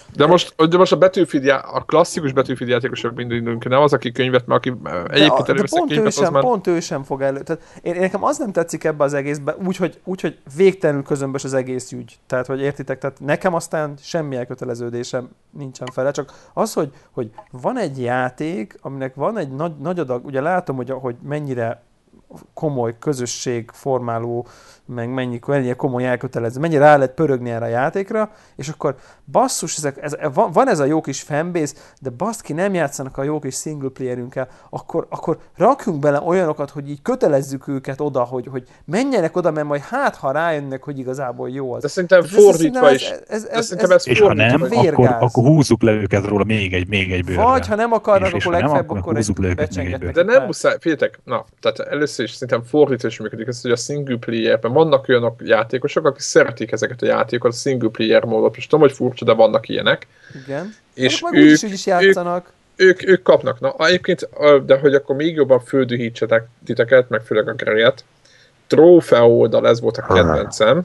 De most a a klasszikus Battlefield játékosok indulunk, nem az, aki könyvet, mert aki egyébként előveszik könyvet, az már... Pont ő sem fog elő. Tehát nekem az nem tetszik ebbe az egészbe, úgyhogy végtelenül közömbös az egész ügy. Tehát, hogy értitek, tehát nekem aztán semmi elköteleződésem nincsen fele, csak az, hogy van egy játék, aminek van egy nagy adag, ugye látom, hogy mennyire komoly közösségformáló, meg mennyire komoly elkötelező, mennyire rá lehet pörögni erre a játékra, és akkor basszus, van ez a jó kis fanbase, de baszki, nem játszanak a jó kis single playerünkkel, akkor rakjunk bele olyanokat, hogy így kötelezzük őket oda, hogy menjenek oda, mert majd ha rájönnek, hogy igazából jó az. De szerintem fordítva is. És ha nem, akkor húzzuk le őket róla még egy bőrre. Vagy ha nem akarnak, akkor legfeljebb akkor becsengetnek. De nem muszáj, figyeljetek, tehát először is szerintem fordítva is működik ez, hogy a single playerben vannak olyanok játékosok, akik szeretik ezeket a játékokat, a single player módot, és tudom, hogy furcsa, de vannak ilyenek. Igen. És ők is játszanak. Ők kapnak. Na, egyébként, de hogy akkor még jobban földühítsetek titeket, meg főleg a Greyet. Trófeó oldal, ez volt a kedvencem.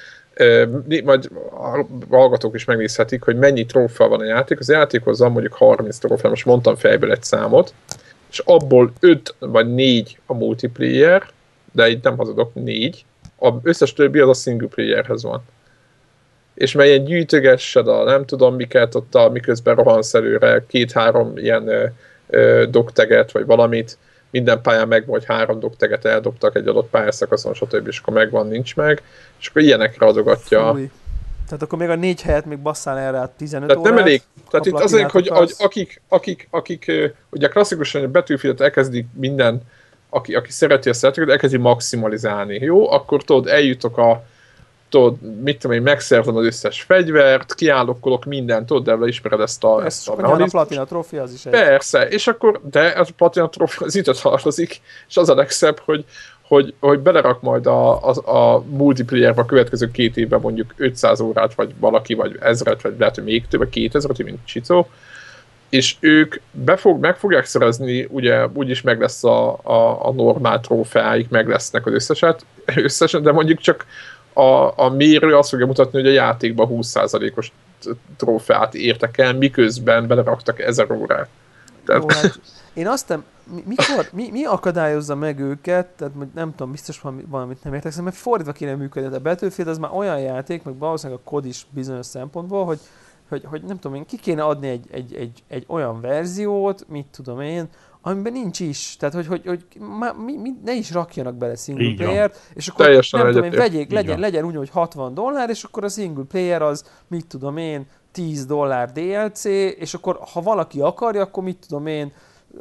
Majd a hallgatók is megnézhetik, hogy mennyi trófea van a játék. Az játékhoz van mondjuk 30 trófea, most mondtam fejből egy számot, és abból 5 vagy 4 a multiplayer, de itt nem hazudok, 4. Az összes többi az a single playerhez van. És melyen gyűjtögessed a nem tudom miket, ott miközben rohansz előre 2-3 ilyen dogteget, vagy valamit, minden pályán megvan, hogy 3 dogteget eldobtak egy adott pályaszakaszon, stb. És akkor megvan, nincs meg, és akkor ilyenekre adogatja. Fúj. Tehát akkor még a 4 helyet még basszál erre 15 tehát órát. Nem elég. Tehát itt azért, hogy akik ugye klasszikusan a Battlefield-et elkezdik minden, aki szereti a szereteket, elkezdi maximalizálni. Jó, akkor tudod, eljutok mit tudom én, megszerzem az összes fegyvert, kiállokkolok mindent, tudod, de ismered ezt a mechanizmust. A platina trófi az is egy. Persze, és akkor, de a platina trófi az itt tartozik, és az a legszebb, hogy belerak majd a multiplayerbe a következő 2 évben mondjuk 500 órát, vagy valaki, vagy 1000-et, vagy lehet, hogy még több, vagy 2000-et, mint Csicó, és ők meg fogják szerezni, ugye úgyis meg lesz a normál trófeáik, meg lesznek az összesen, de mondjuk csak a mérő azt fogja mutatni, hogy a játékban 20%-os trófeát értek el, miközben beleraktak 1000 órát. Tehát... Jó, hát én aztán mi akadályozza meg őket, tehát nem tudom, biztos valamit nem értek, mert fordítva kéne működni. A Battlefield az már olyan játék, meg valószínűleg a COD is bizonyos szempontból, hogy nem tudom én, ki kéne adni egy olyan verziót, mit tudom én, amiben nincs is. Tehát, hogy ne is rakjanak bele single player-t, és akkor nem tudom én, legyen úgy, hogy $60, és akkor a single player az, mit tudom én, $10 DLC, és akkor ha valaki akarja, akkor mit tudom én,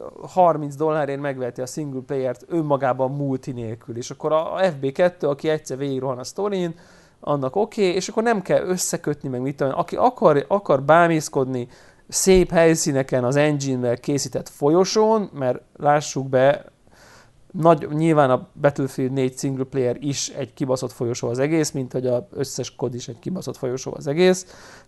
$30 megveheti a single player-t önmagában multi nélkül, és akkor a FB2, aki egyszer végigrohan a sztorin, annak oké, és akkor nem kell összekötni, meg mit tudom, aki akar bámészkodni szép helyszíneken az engine-vel készített folyosón, mert lássuk be, nyilván a Battlefield 4 single player is egy kibaszott folyosó az egész, mint hogy az összes kod is egy kibaszott folyosó az egész.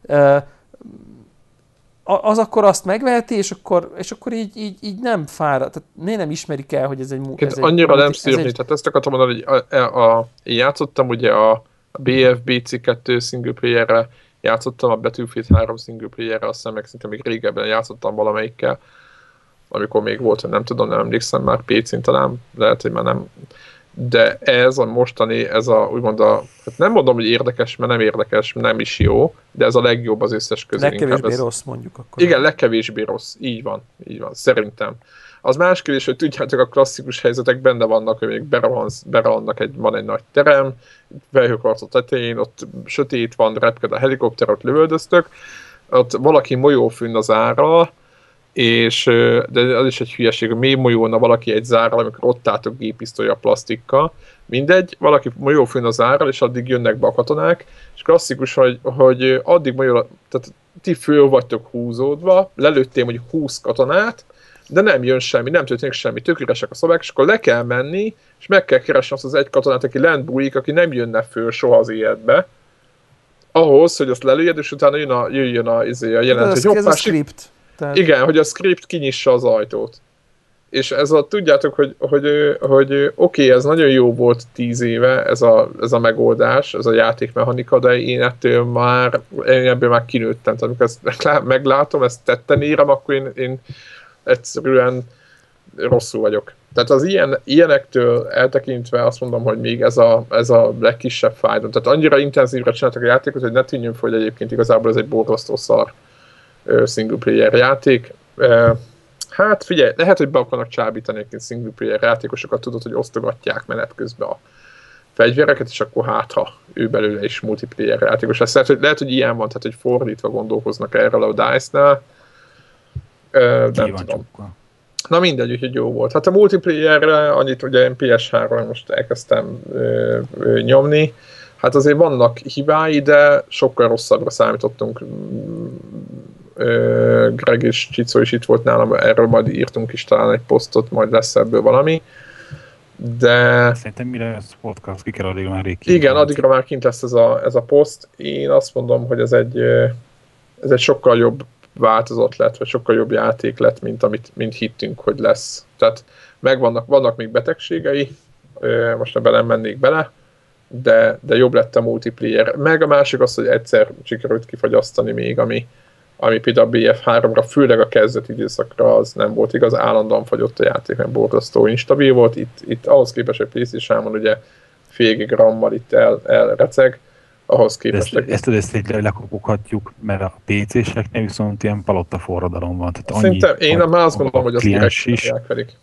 Az akkor azt megveheti, és akkor így nem fárad. Tehát nem ismerik el, hogy ez egy... Annyira nem szírni, tehát ezt akartam mondani, hogy én játszottam ugye a BFBC 2 single player-re, játszottam a Battlefield 3 single player-re, azt hiszem meg szinte még régebben játszottam valamelyikkel, amikor még volt, hogy nem tudom, nem emlékszem már PC-n talán, lehet, hogy már nem. De ez a mostani, úgymond hát nem mondom, hogy érdekes, mert nem érdekes, nem is jó, de ez a legjobb az összes közül. Legkevésbé rossz, mondjuk akkor. Igen, legkevésbé rossz, így van, szerintem. Az más kérdés, hogy tudjátok, a klasszikus helyzetek benne vannak, hogy még berohannak van egy nagy terem, felhőkarc a tetején, ott sötét van, repked a helikopter, ott lövöldöztök, ott valaki molyó fünn az árral, de az is egy hülyeség, hogy mély molyóna valaki egy zárral, amikor ott állt a géppisztoly a plastikkal, mindegy, valaki molyó fünn az árral, és addig jönnek be a katonák, és klasszikus, hogy addig molyó, tehát ti föl vagytok húzódva, lelőttél mondjuk 20 katonát, de nem jön semmi, nem történik semmi, tök üresek a szobák, és akkor le kell menni, és meg kell keresni azt az egy katonát, aki lent bújik, aki nem jönne föl soha az életbe, ahhoz, hogy azt lelőjed, és utána jöjjön a jelent, hogy ez a script. Igen, hogy a script kinyissa az ajtót. és ez a, tudjátok, hogy oké, ez nagyon jó volt 10 éve, ez a megoldás, ez a játékmechanika, de én ebből már kinőttem. Tehát amikor ezt meglátom, ezt tetten írom, akkor én egyszerűen rosszul vagyok. Tehát az ilyenektől eltekintve azt mondom, hogy még ez a legkisebb fájdalom. Tehát annyira intenzívre csináltak a játékot, hogy ne tűnjön fel, hogy egyébként igazából ez egy borzasztó szar single player játék. Hát figyelj, lehet, hogy be akarnak csábítani egyébként single player játékosokat, tudod, hogy osztogatják menet közben a fegyvereket, és akkor ha ő belőle is multiplayer játékos lesz. Lehet, hogy ilyen van, tehát hogy fordítva gondolkoznak erről a DICE-nál. Nem tudom. Na mindegy, úgyhogy jó volt. Hát a multiplayerre annyit ugye én PS3-ra most elkezdtem nyomni. Hát azért vannak hibái, de sokkal rosszabbra számítottunk. Greg és Csicó is itt volt nálam, erről majd írtunk is talán egy posztot, majd lesz ebből valami. De... Szerintem mire ez podcast, ki kell addigra már rég kint. Igen, addigra már kint lesz ez a poszt. Én azt mondom, hogy ez egy sokkal jobb változat lett, vagy sokkal jobb játék lett, mint hittünk, hogy lesz. Tehát vannak még betegségei, most ebben nem mennék bele, de jobb lett a multiplayer. Meg a másik az, hogy egyszer sikerült kifagyasztani még, ami például a BF3-ra, főleg a kezdeti időszakra az nem volt igaz, állandóan fagyott a játék, mert borzasztó instabil volt. Itt ahhoz képest, hogy PlayStation-on ugye fél gig RAM-mal itt elreceg, ahhoz képest. Ezt így lekopoghatjuk, mert a PC-seknél viszont ilyen palotta forradalom van. Tehát szerintem én már azt gondolom, hogy az direkt felik.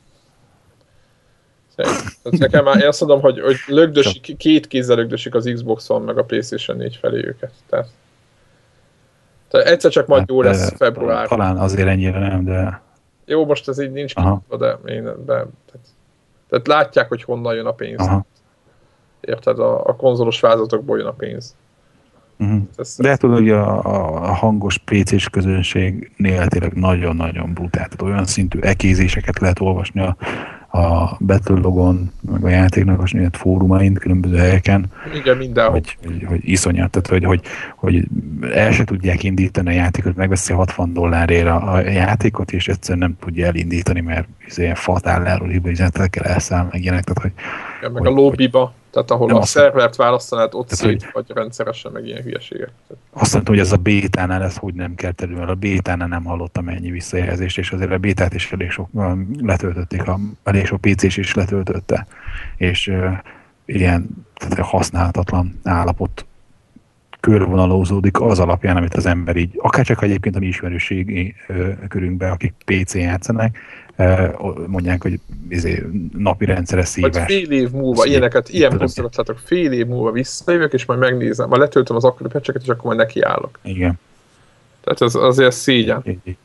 Nekem már én azt mondom, hogy két kézzel lögdösik az Xbox-on meg a PlayStation 4 felé őket. Tehát egyszer csak majd jó lesz február. Talán azért ennyire nem, de... Jó, most ez így nincs kiadva, de tehát látják, hogy honnan jön a pénz. Aha. Érted? A konzolos vázatokból jön a pénz. Uh-huh. De tudod, hogy a hangos PC-s közönségnél tényleg nagyon-nagyon brutál. Tehát olyan szintű ekézéseket lehet olvasni a Battlelogon, meg a játéknak a fórumain, különböző helyeken. Igen, mindenhol. Hogy iszonyat, tehát hogy el se tudják indítani a játékot, megveszi $60 a játékot, és egyszerűen nem tudja elindítani, mert ilyen fatálláról hiba üzenetekkel elszáll, meg ilyenek. Tehát, igen, meg a lobbyba, tehát ahol a szervert választanád, ott szét vagy rendszeresen, meg ilyen hülyeségek. Azt mondtam, hogy ez a bétánál ez hogy nem kell terülni, mert a bétánál nem hallottam ennyi visszajelzést, és azért a bétát is elég sok letöltötték, elég sok PC-s is letöltötte, és ilyen használhatatlan állapot körvonalózódik az alapján, amit az ember így, akárcsak egyébként a mi ismerőségi körünkben, akik PC játszanak, mondják, hogy napi rendszeres szívás. Vagy fél év múlva, ilyen posztokat látok, fél év múlva visszajövök, és majd megnézem, majd letöltöm az akkori pecseket, és akkor majd nekiállok. Igen. Tehát ez azért szégyen.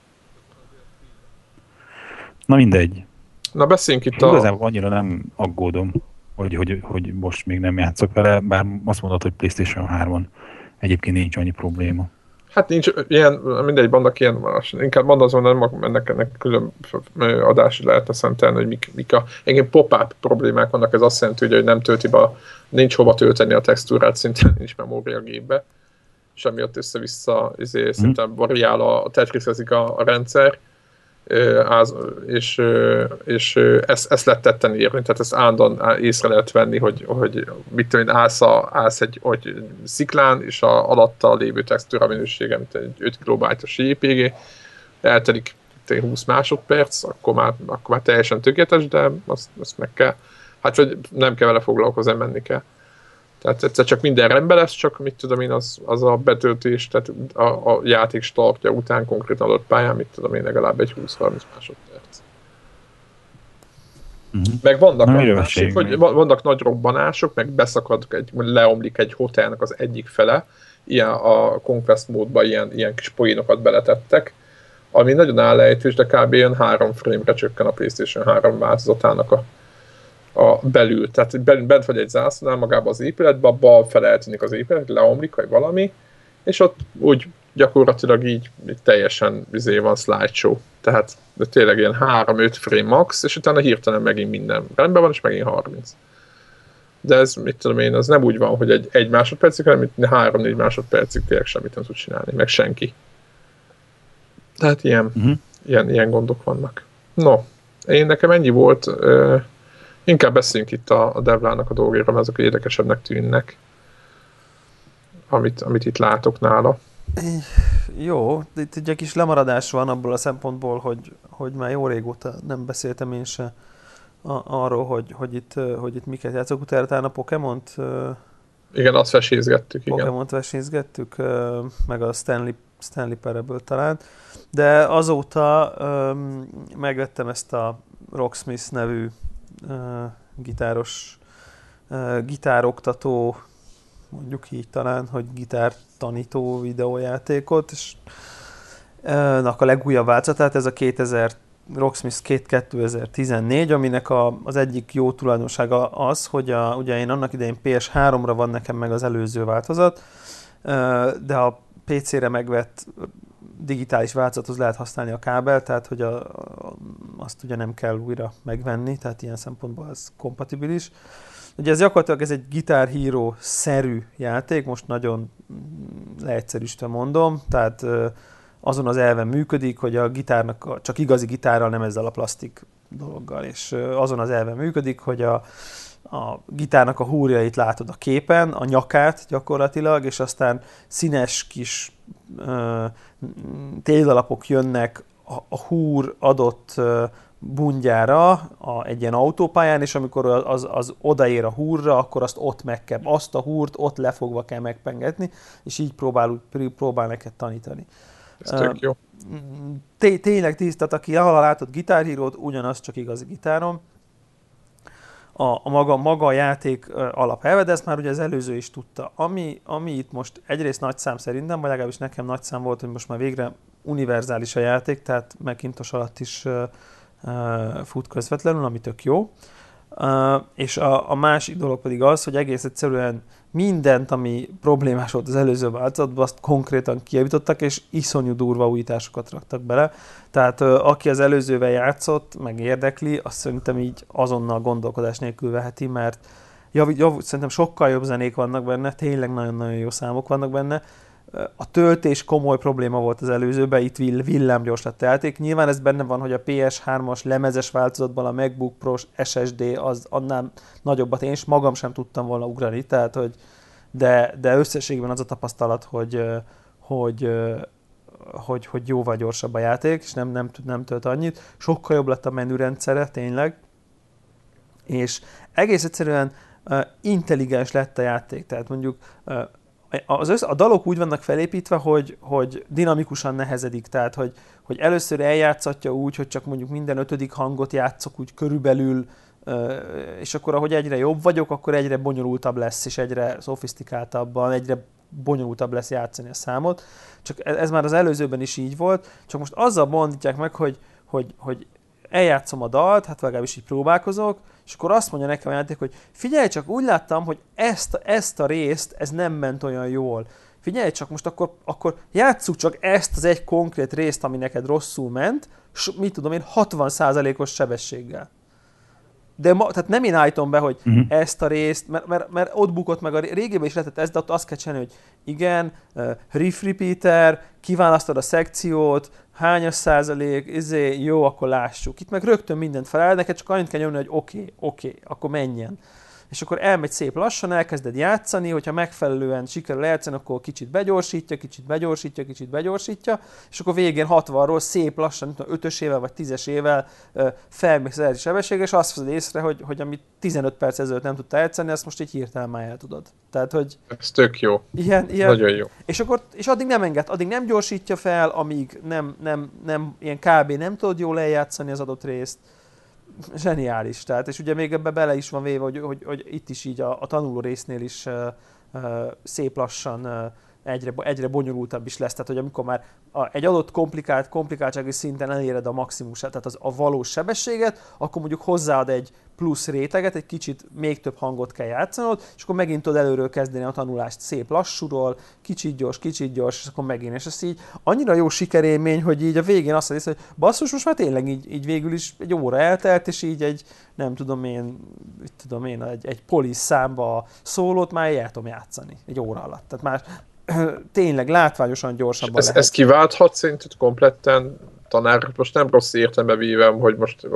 Na mindegy. Na beszéljünk itt igazából annyira nem aggódom, hogy most még nem játszok vele, bár azt mondod, hogy PlayStation 3-on egyébként nincs annyi probléma. Hát nincs ilyen, mindegy, vannak ilyen, inkább mondd azon, nem ennek külön adási lehetne szentelni, hogy mik engem pop-up problémák vannak, ez azt jelenti, hogy nem tölti be, nincs hova tölteni a textúrát, szinte nincs memória a gépbe, és emiatt össze-vissza szinte variál, a tetriszezik a rendszer, és ezt lehet tetten érni, tehát ezt állandóan észre lehet venni, hogy mit tudom én, állsz egy sziklán, és alatta lévő textúra minősége, mint egy 5 kilobájtos JPG, eltelik 20 másodperc, akkor már teljesen tökéletes, de azt meg kell, hát vagy nem kell vele foglalkozni, menni kell. Tehát egyszer csak minden rendben lesz, csak mit tudom én, az a betöltés, tehát a játék startja után konkrétan adott pályán, mit tudom én, legalább egy 20-30 másodperc. Meg vannak nagy robbanások, meg beszakad, leomlik egy hotelnek az egyik fele, ilyen a Conquest módban ilyen kis poénokat beletettek, ami nagyon állejtős, de kb. 3 frame-re csökken a PlayStation 3 változatának a belül. Tehát bent vagy egy zászlónál magában az épületben, bal fele eltűnik az épület, leomlik, vagy valami, és ott úgy gyakorlatilag így teljesen van slideshow. Tehát de tényleg ilyen 3-5 frame max, és utána hirtelen megint minden rendben van, és megint 30. De ez, mit tudom én, az nem úgy van, hogy egy másodpercig, hanem 3-4 másodpercig tényleg semmit nem tud csinálni, meg senki. Tehát ilyen gondok vannak. No, Nekem ennyi volt. Inkább beszéljünk itt a Devlának a dolgéről, mert azok érdekesebbnek tűnnek, amit itt látok nála. Jó, itt egy kis lemaradás van abból a szempontból, hogy már jó régóta nem beszéltem én se arról, hogy itt miket játszok. Utána talán a Pokémont... Igen, azt vesézgettük, igen. Pokémont vesézgettük, meg a Stanley Parable talán. De azóta megvettem ezt a Rocksmith nevű gitároktató, mondjuk így talán, hogy gitártanító videójátékot, és a legújabb változatát, ez a Rocksmith 2014, aminek az egyik jó tulajdonsága az, hogy ugye én annak idején PS3-ra van nekem meg az előző változat, de a PC-re megvett digitális változathoz lehet használni a kábel, tehát hogy azt ugye nem kell újra megvenni, tehát ilyen szempontból ez kompatibilis. Ugye ez gyakorlatilag egy Guitar Hero-szerű játék, most nagyon leegyszerűsítve mondom, tehát azon az elven működik, hogy a gitárnak csak igazi gitárral, nem ezzel a plasztik dologgal, és azon az elven működik, hogy a gitárnak a húrjait látod a képen, a nyakát gyakorlatilag, és aztán színes kis téglalapok jönnek a húr adott bundjára egy ilyen autópályán, és amikor az odaér a húrra, akkor azt a húrt ott lefogva kell megpengetni, és így próbál neked tanítani. Ez tök jó. Tényleg tehát aki ahol látott Guitar Hero-t, ugyanaz, csak igazi gitáron. A maga a játék alapelve, de ezt már ugye az előző is tudta. Ami itt most egyrészt nagy szám szerintem, vagy legalábbis nekem nagy szám volt, hogy most már végre univerzális a játék, tehát Macintosh alatt is fut közvetlenül, ami tök jó. És a másik dolog pedig az, hogy egész egyszerűen mindent, ami problémás volt az előző változatban, azt konkrétan kijavítottak, és iszonyú durva újításokat raktak bele. Tehát aki az előzővel játszott, meg érdekli, azt szerintem így azonnal gondolkodás nélkül veheti, mert szerintem sokkal jobb zenék vannak benne, tényleg nagyon-nagyon jó számok vannak benne. A töltés komoly probléma volt az előzőben, itt villámgyors lett a játék. Nyilván ez benne van, hogy a PS3-as lemezes változatban a MacBook Pro-s SSD az annál nagyobbat én is magam sem tudtam volna ugrani, tehát de összességben az a tapasztalat, hogy jóval gyorsabb a játék, és nem tölt annyit. Sokkal jobb lett a menürendszere, tényleg. És egész egyszerűen intelligens lett a játék, tehát mondjuk a dalok úgy vannak felépítve, hogy dinamikusan nehezedik, tehát hogy először eljátszatja úgy, hogy csak mondjuk minden 5. hangot játszok úgy körülbelül, és akkor ahogy egyre jobb vagyok, akkor egyre bonyolultabb lesz, és egyre szofisztikáltabban, egyre bonyolultabb lesz játszani a számot. Csak ez már az előzőben is így volt, csak most azzal bondítják meg, hogy eljátszom a dalt, hát legalábbis így próbálkozok, és akkor azt mondja nekem a játék, hogy figyelj csak, úgy láttam, hogy ezt a részt, ez nem ment olyan jól. Figyelj csak, most akkor játsszuk csak ezt az egy konkrét részt, ami neked rosszul ment, mit tudom én, 60%-os sebességgel. Tehát nem én állítom be, hogy ezt a részt, mert ott bukott meg, a régében is lehetett ez, de ott azt kell csinálni, hogy igen, riff repeater, kiválasztod a szekciót, hányas százalék, jó, akkor lássuk. Itt meg rögtön mindent felel, neked csak annyit kell nyomni, hogy oké, akkor menjen. És akkor elmegy szép lassan, elkezded játszani, hogyha megfelelően sikerül eljátszani, akkor kicsit begyorsítja, és akkor végén 60-ról szép lassan, 5-ösével vagy 10-esével felmész az sebességre, és azt veszed észre, hogy amit 15 perc ezelőtt nem tudtál játszani, azt most így hirtelen már el tudod. Tehát, hogy ez tök jó. Ilyen, nagyon jó. És addig nem enged, addig nem gyorsítja fel, amíg nem ilyen kb. Nem tudod jól eljátszani az adott részt. Zseniális. Tehát, és ugye még ebbe bele is van véve, hogy itt is így a tanuló résznél is szép lassan egyre bonyolultabb is lesz. Tehát, hogy amikor már egy adott komplikáltsági szinten eléred a maximumát, tehát a valós sebességet, akkor mondjuk hozzáad egy plusz réteget, egy kicsit még több hangot kell játszanod, és akkor megint tudod előről kezdeni a tanulást szép lassúról, kicsit gyors, és akkor megint. És ez így annyira jó sikerélmény, hogy így a végén azt hiszem, hogy basszus, most már tényleg így végül is egy óra eltelt, és így egy Police számba szólót már el tudom játszani egy óra alatt. Tehát már tényleg látványosan gyorsabban lehet. Ez kiválthat szerinted kompletten tanár, most nem rossz értelembe vívem, hogy most,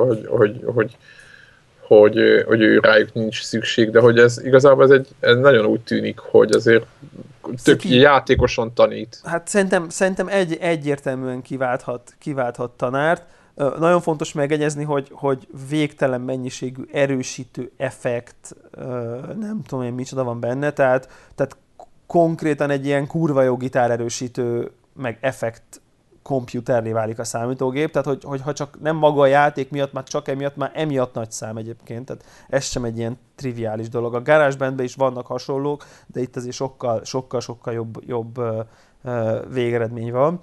hogy ő rájuk nincs szükség, de hogy ez igazából ez nagyon úgy tűnik, hogy azért tök játékosan tanít. Hát szerintem egyértelműen kiválthat tanárt. Nagyon fontos megegyezni, hogy végtelen mennyiségű erősítő effekt, nem tudom én micsoda van benne, tehát konkrétan egy ilyen kurva jó gitárerősítő, meg effekt komputerré válik a számítógép, tehát hogy ha csak nem maga a játék miatt, már csak emiatt, már emiatt nagy szám egyébként, tehát ez sem egy ilyen triviális dolog. A GarageBandben is vannak hasonlók, de itt azért sokkal jobb végeredmény van.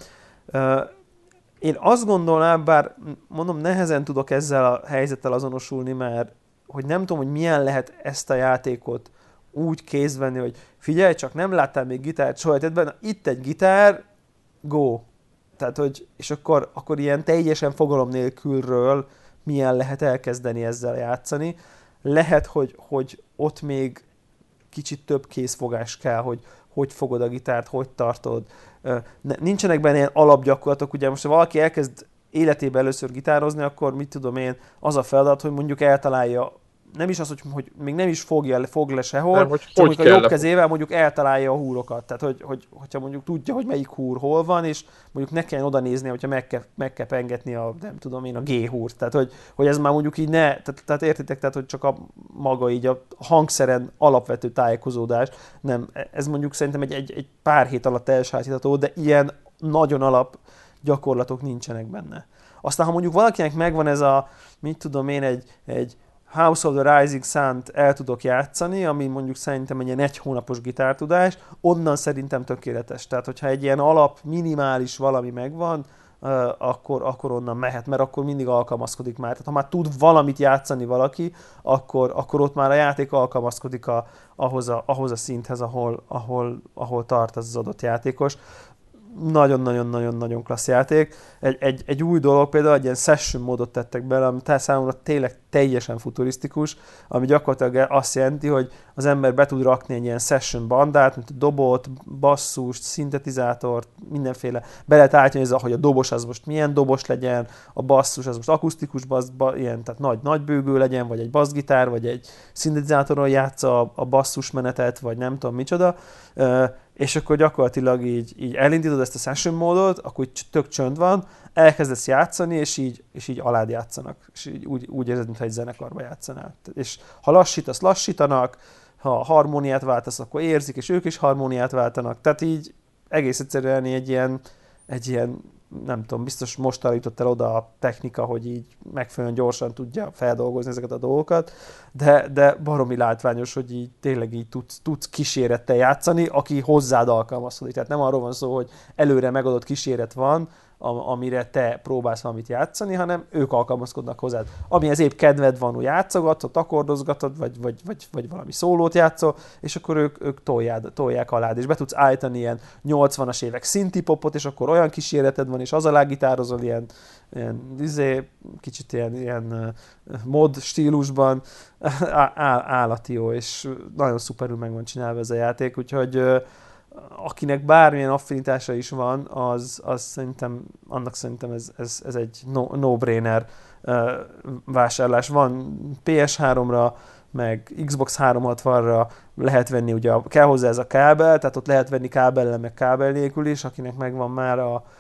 Én azt gondolnám, bár mondom, nehezen tudok ezzel a helyzettel azonosulni, mert hogy nem tudom, hogy milyen lehet ezt a játékot úgy kézvenni, hogy figyelj, csak nem láttál még gitárt soha életedben, itt egy gitár, go! Tehát, hogy, és akkor ilyen teljesen fogalom nélkülről milyen lehet elkezdeni ezzel játszani. Lehet, hogy ott még kicsit több készfogás kell, hogy fogod a gitárt, hogy tartod. Nincsenek benne ilyen alapgyakorlatok, ugye most ha valaki elkezd életében először gitározni, akkor mit tudom én, az a feladat, hogy mondjuk eltalálja, nem is az, hogy még nem is fog le sehol, nem, csak mondjuk a jobb kezével mondjuk eltalálja a húrokat. Tehát, hogyha mondjuk tudja, hogy melyik húr hol van, és mondjuk ne kelljen oda nézni, hogyha meg kell pengetni a, nem tudom én, a G húrt. Tehát, hogy ez már mondjuk így ne, tehát értitek, tehát, hogy csak a maga így a hangszeren alapvető tájékozódás, nem, ez mondjuk szerintem egy pár hét alatt elsajátítható, de ilyen nagyon alap gyakorlatok nincsenek benne. Aztán, ha mondjuk valakinek megvan ez a, mit tudom én, egy House of the Rising Sun-t el tudok játszani, ami mondjuk szerintem egy ilyen 1 hónapos gitártudás, onnan szerintem tökéletes. Tehát, hogyha egy ilyen alap, minimális valami megvan, akkor onnan mehet, mert akkor mindig alkalmazkodik már. Tehát, ha már tud valamit játszani valaki, akkor ott már a játék alkalmazkodik ahhoz a szinthez, ahol tart az adott játékos. Nagyon-nagyon-nagyon-nagyon klassz játék. Egy új dolog, például egy ilyen session módot tettek bele, ami számomra tényleg teljesen futurisztikus, ami gyakorlatilag azt jelenti, hogy az ember be tud rakni egy ilyen session bandát, mint a dobot, basszust, szintetizátort, mindenféle. Be lehet állítani, hogy a dobos az most milyen dobos legyen, a basszus az most akusztikus bassz, ilyen, tehát nagy bőgő legyen, vagy egy basszgitár, vagy egy szintetizátoron játsza a basszus menetet, vagy nem tudom micsoda. És akkor gyakorlatilag így elindítod ezt a session módot, akkor tök csönd van, elkezdesz játszani, és így alád játszanak. És így úgy érzed, mintha egy zenekarba játszanál. És ha lassítasz, lassítanak, ha harmóniát váltasz, akkor érzik, és ők is harmóniát váltanak. Tehát így egész egyszerűen egy ilyen nem tudom, biztos most állított el oda a technika, hogy így megfelelően gyorsan tudja feldolgozni ezeket a dolgokat, de baromi látványos, hogy így tényleg így tudsz kísérettel játszani, aki hozzád alkalmazkodik. Tehát nem arról van szó, hogy előre megadott kíséret van, amire te próbálsz valamit játszani, hanem ők alkalmazkodnak hozzád. Amihez épp kedved van, úgy játszogatsz, akkordozgatod, vagy valami szólót játszol, és akkor ők tolják alád, és be tudsz állítani ilyen 80-as évek szinti-popot, és akkor olyan kíséreted van, és az alá gitározol ilyen kicsit ilyen mod stílusban, állati jó, és nagyon szuperül meg van csinálva ez a játék, úgyhogy akinek bármilyen affinitása is van, az szerintem, annak szerintem ez egy no-brainer vásárlás. Van PS3-ra, meg Xbox 360-ra lehet venni, ugye kell hozzá ez a kábel, tehát ott lehet venni kábellel, meg kábel nélkül is, akinek megvan már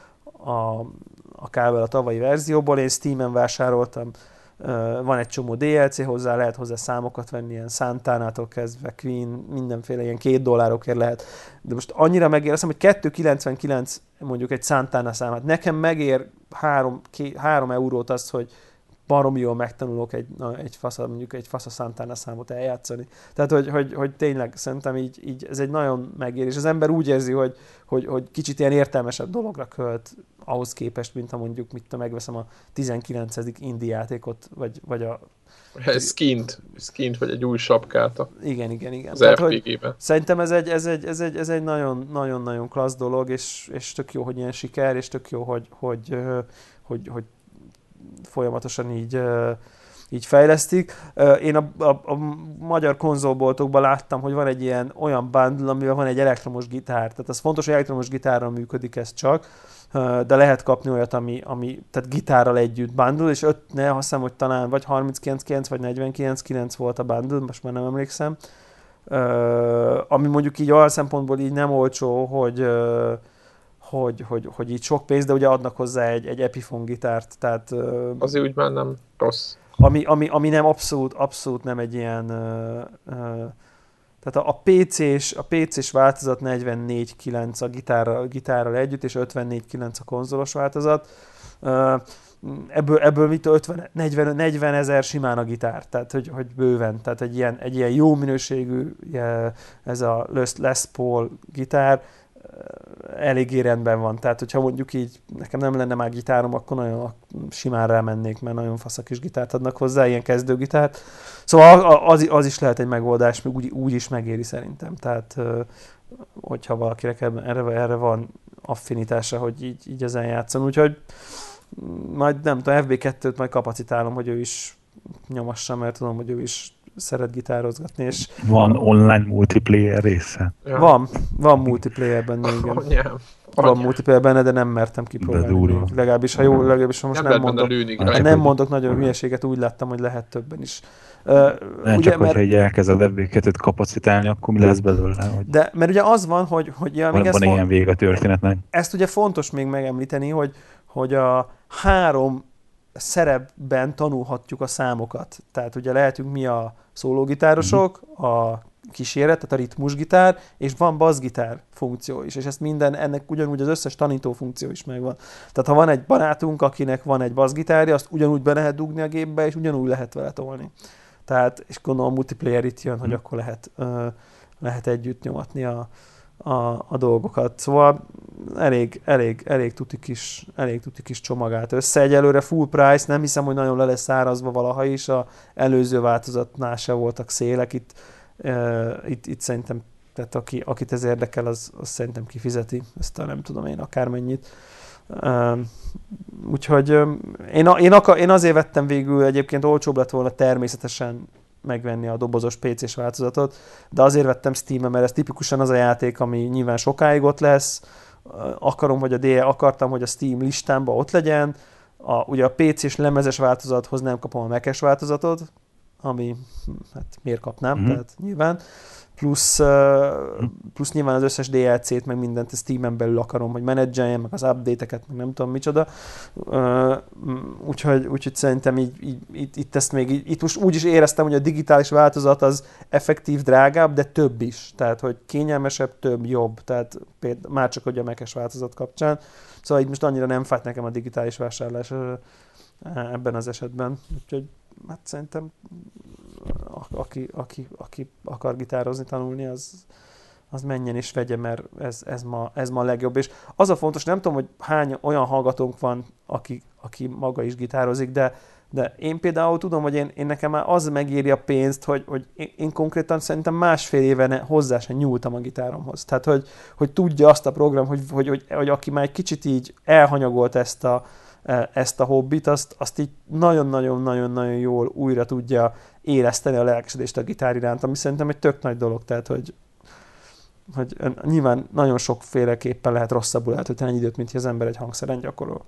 a kábel a tavalyi verzióból. Én Steamen vásároltam, van egy csomó DLC hozzá, lehet hozzá számokat venni, ilyen Santánától kezdve, Queen, mindenféle ilyen $2 lehet. De most annyira megér, azt hiszem, hogy 2,99 mondjuk egy Santana számát. Nekem megér 3 eurót az, hogy baromi jól megtanulok mondjuk egy fasz a Santana számot eljátszani. Tehát, hogy tényleg szerintem így ez egy nagyon megér, és az ember úgy érzi, hogy kicsit ilyen értelmesebb dologra költ ahhoz képest, mint ha mondjuk megveszem a 19. indie játékot, vagy a... Skint, vagy egy új sapkát igen. Az RPG-ben. Szerintem ez egy nagyon-nagyon klassz dolog, és tök jó, hogy ilyen siker, és tök jó, hogy folyamatosan így így fejlesztik. Én a magyar konzolboltokban láttam, hogy van egy ilyen olyan bundle, amivel van egy elektromos gitár. Tehát az fontos, hogy elektromos gitárral működik ez csak, de lehet kapni olyat, ami tehát gitárral együtt bundle, és azt hiszem, hogy talán vagy 39,9 vagy 49,9 volt a bundle, most már nem emlékszem. Ami mondjuk így olyan szempontból így nem olcsó, hogy így sok pénz, de ugye adnak hozzá egy Epiphone gitárt, tehát... Azért úgy már nem rossz. Ami nem abszolút nem egy ilyen... Tehát a PC-s változat 44,9 a gitárral együtt, és 54,9 a konzolos változat. Ebből mit 40 ezer simán a gitár, tehát hogy bőven, tehát egy ilyen jó minőségű ez a Les Paul gitár eléggé rendben van, tehát hogyha mondjuk így nekem nem lenne már gitárom, akkor nagyon simán rámennék, mert nagyon fasz a kis gitárt adnak hozzá, ilyen kezdőgitárt. Szóval az is lehet egy megoldás, még úgy is megéri szerintem, tehát hogyha valakinek erre van affinitása, hogy így ezen játszon, úgyhogy majd nem tudom, FB2-t majd kapacitálom, hogy ő is nyomassa, mert tudom, hogy ő is szeret gitározgatni, és... Van online multiplayer része? Ja. Van multiplayer benne, igen. Van multiplayer benne, de nem mertem kipróbálni. Legalábbis, ha most nem mondok nagyon hülyeséget, úgy láttam, hogy lehet többen is. Nem ugye, csak, hogyha így elkezded FB2-t kapacitálni, akkor mi lesz belőle? Hogy... De, mert ugye az van, hogy van ilyen vége a történetnek. Ezt ugye fontos még megemlíteni, hogy a 3 szerepben tanulhatjuk a számokat. Tehát ugye lehetünk mi a szólógitárosok, a kíséret, tehát a ritmusgitár, és van basszgitár funkció is, és ezt ennek ugyanúgy az összes tanító funkció is megvan. Tehát ha van egy barátunk, akinek van egy basszgitárja, azt ugyanúgy be lehet dugni a gépbe, és ugyanúgy lehet vele tolni. Tehát, és gondolom a multiplayer itt jön, hogy akkor lehet együtt nyomatni a dolgokat. Szóval elég tuti kis csomag állt össze. Egyelőre full price, nem hiszem, hogy nagyon le lesz árazva valaha is. Az előző változatnál se voltak szélek. Itt szerintem, tehát akit ez érdekel, az szerintem kifizeti. Ezt nem tudom én akármennyit. Úgyhogy én azért vettem végül, egyébként olcsóbb lett volna természetesen megvenni a dobozos PC-s változatot, de azért vettem Steam-en, mert ez tipikusan az a játék, ami nyilván sokáig ott lesz. Akartam, hogy a Steam listámban ott legyen. Ugye a PC-s lemezes változathoz nem kapom a Mac-es változatot, ami, hát miért kapnám, tehát nyilván. Plusz nyilván az összes DLC-t, meg mindent a Steam-en belül akarom, hogy menedzseljem, meg az update-eket, meg nem tudom micsoda. Úgyhogy szerintem itt ezt még itt most úgy is éreztem, hogy a digitális változat az effektív drágább, de több is. Tehát, hogy kényelmesebb, több, jobb. Tehát már csak hogy a Mac-es változat kapcsán. Szóval így most annyira nem fájt nekem a digitális vásárlás ebben az esetben. Úgyhogy hát szerintem aki akar gitározni, tanulni, az menjen és vegye, mert ez ma a legjobb. És az a fontos, nem tudom, hogy hány olyan hallgatónk van, aki maga is gitározik, de én például tudom, hogy én nekem már az megéri a pénzt, hogy én konkrétan szerintem másfél éve hozzá sem nyúltam a gitáromhoz. Tehát, hogy tudja azt a program, hogy aki már egy kicsit így elhanyagolt ezt a hobbit, azt így nagyon-nagyon-nagyon jól újra tudja éleszteni a lelkesedést a gitár iránt, ami szerintem egy tök nagy dolog, tehát hogy nyilván nagyon sokféleképpen lehet rosszabbul eltölteni ennyi időt, mint hogy az ember egy hangszeren gyakorol.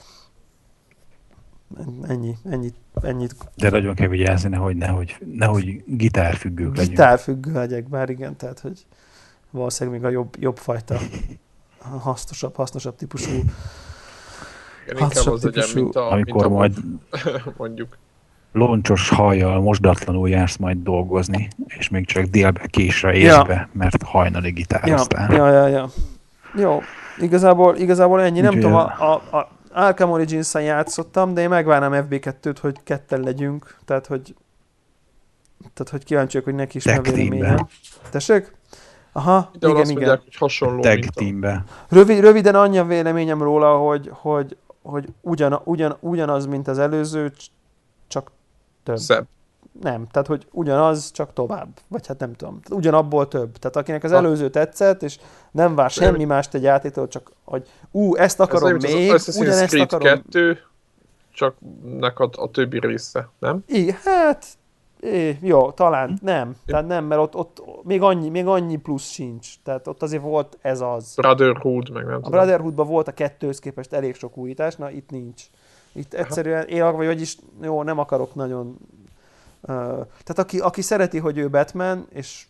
Ennyit. De nagyon kell vigyázni, nehogy gitárfüggők legyünk. Gitárfüggő legyek, bár igen, tehát hogy valószínűleg még a jobb fajta, hasznosabb típusú. Inkább az legyen, amikor majd mondjuk loncsos hajjal mosdatlanul jársz majd dolgozni, és még csak délbe késre érsz be, mert hajnali gitároztál. Ja. Jó, igazából ennyi. Nem tudom, a Arkham Origins-en játszottam, de én megvárnám FB2-t, hogy ketten legyünk, tehát hogy kíváncsiak, hogy neki is a véleményem. Tessék? Aha, igen. Azt mondják, hogy hasonló, Tag teambe. Röviden annyi a véleményem róla, hogy ugyanaz, mint az előző, csak több. Szebb. Nem, tehát hogy ugyanaz, csak tovább. Vagy hát nem tudom. Tehát ugyanabból több. Tehát akinek az előző tetszett, és nem vár semmi mást egy játéktól, csak hogy ezt akarom még, ugyanezt akarom. 2, csak neked a többi része, nem? Hát, jó, talán nem. Tehát nem, mert ott még annyi plusz sincs. Tehát ott azért volt ez az. Brotherhood, meg nem A tudom. Brotherhoodban volt a kettőhöz képest elég sok újítás, na itt nincs. Itt egyszerűen, vagyis jó, nem akarok nagyon... tehát aki szereti, hogy ő Batman, és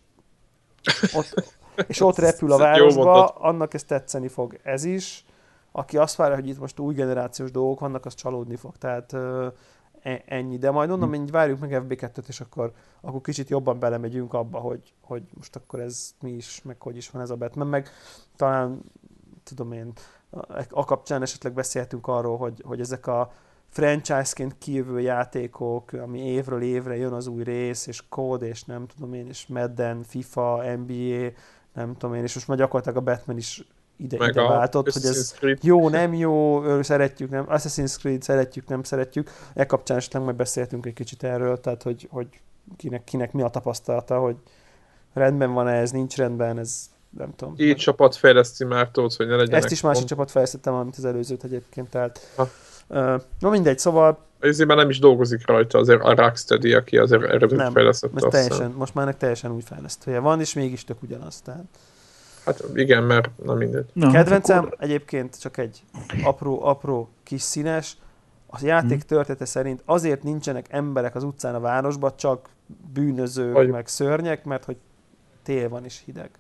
ott repül a városba, annak ez tetszeni fog ez is. Aki azt várja, hogy itt most új generációs dolgok vannak, az csalódni fog. Tehát ennyi. De majd onnan így várjuk meg FB2-t, és akkor kicsit jobban belemegyünk abba, hogy most akkor ez mi is, meg hogy is van ez a Batman. Meg talán, tudom én, a kapcsán esetleg beszélhetünk arról, hogy ezek a franchise-ként kijövő játékok, ami évről évre jön az új rész, és kód, és nem tudom én, és Madden, FIFA, NBA, nem tudom én, és most már gyakorlatilag a Batman is ide váltott, hogy ez jó, nem jó, szeretjük, nem, Assassin's Creed szeretjük, nem szeretjük. Kapcsán esetleg majd beszéltünk egy kicsit erről, tehát hogy kinek mi a tapasztalata, hogy rendben van ez, nincs rendben, ez nem tudom. Így csapat fejleszti már, tudod, hogy ne legyenek... Ezt is másik csapat fejlesztettem, amit az előzőt egyébként, tehát... No mindegy, szóval... Ezért már nem is dolgozik rajta azért a Rocksteady, aki azért eredetileg fejlesztette. Most már ennek teljesen új fejlesztője van, és mégis tök ugyanaz, tehát... Hát igen, mert na mindegy. Kedvencem akkor... egyébként csak egy apró kis színes, a játék története szerint azért nincsenek emberek az utcán a városban, csak bűnözők, meg szörnyek, mert hogy tél van és hideg.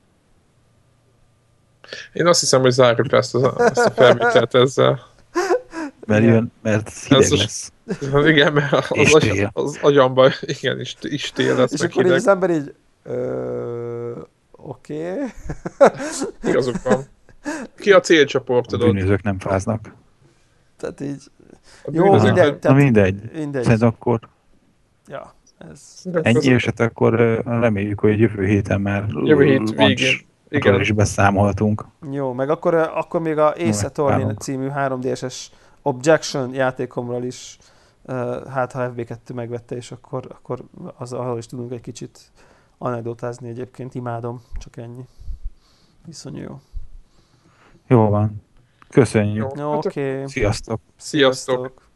Én azt hiszem, hogy zárjuk ezt a felvételt ezzel. Mert hideg lesz. Igen, mert az agyamban igen, is tél lesz, és meg akkor hideg. így az ember így oké. Igazuk van. Ki a célcsoportod? A bűnözők nem fáznak. Tehát így... Jó, mindegy. Mindegy. Szerintem akkor... Ja, ez... Ennyi eset, akkor reméljük, hogy jövő héten már jövő hét végén. Igen. Is beszámolhatunk. Jó, meg akkor még a Ace Attorney című 3DS-es Objection játékomról is, hát ha FB2 megvette, és akkor ahol is tudunk egy kicsit anekdotázni egyébként. Imádom, csak ennyi. Viszonyú jó. Jó van. Köszönjük. Oké. Sziasztok. Sziasztok.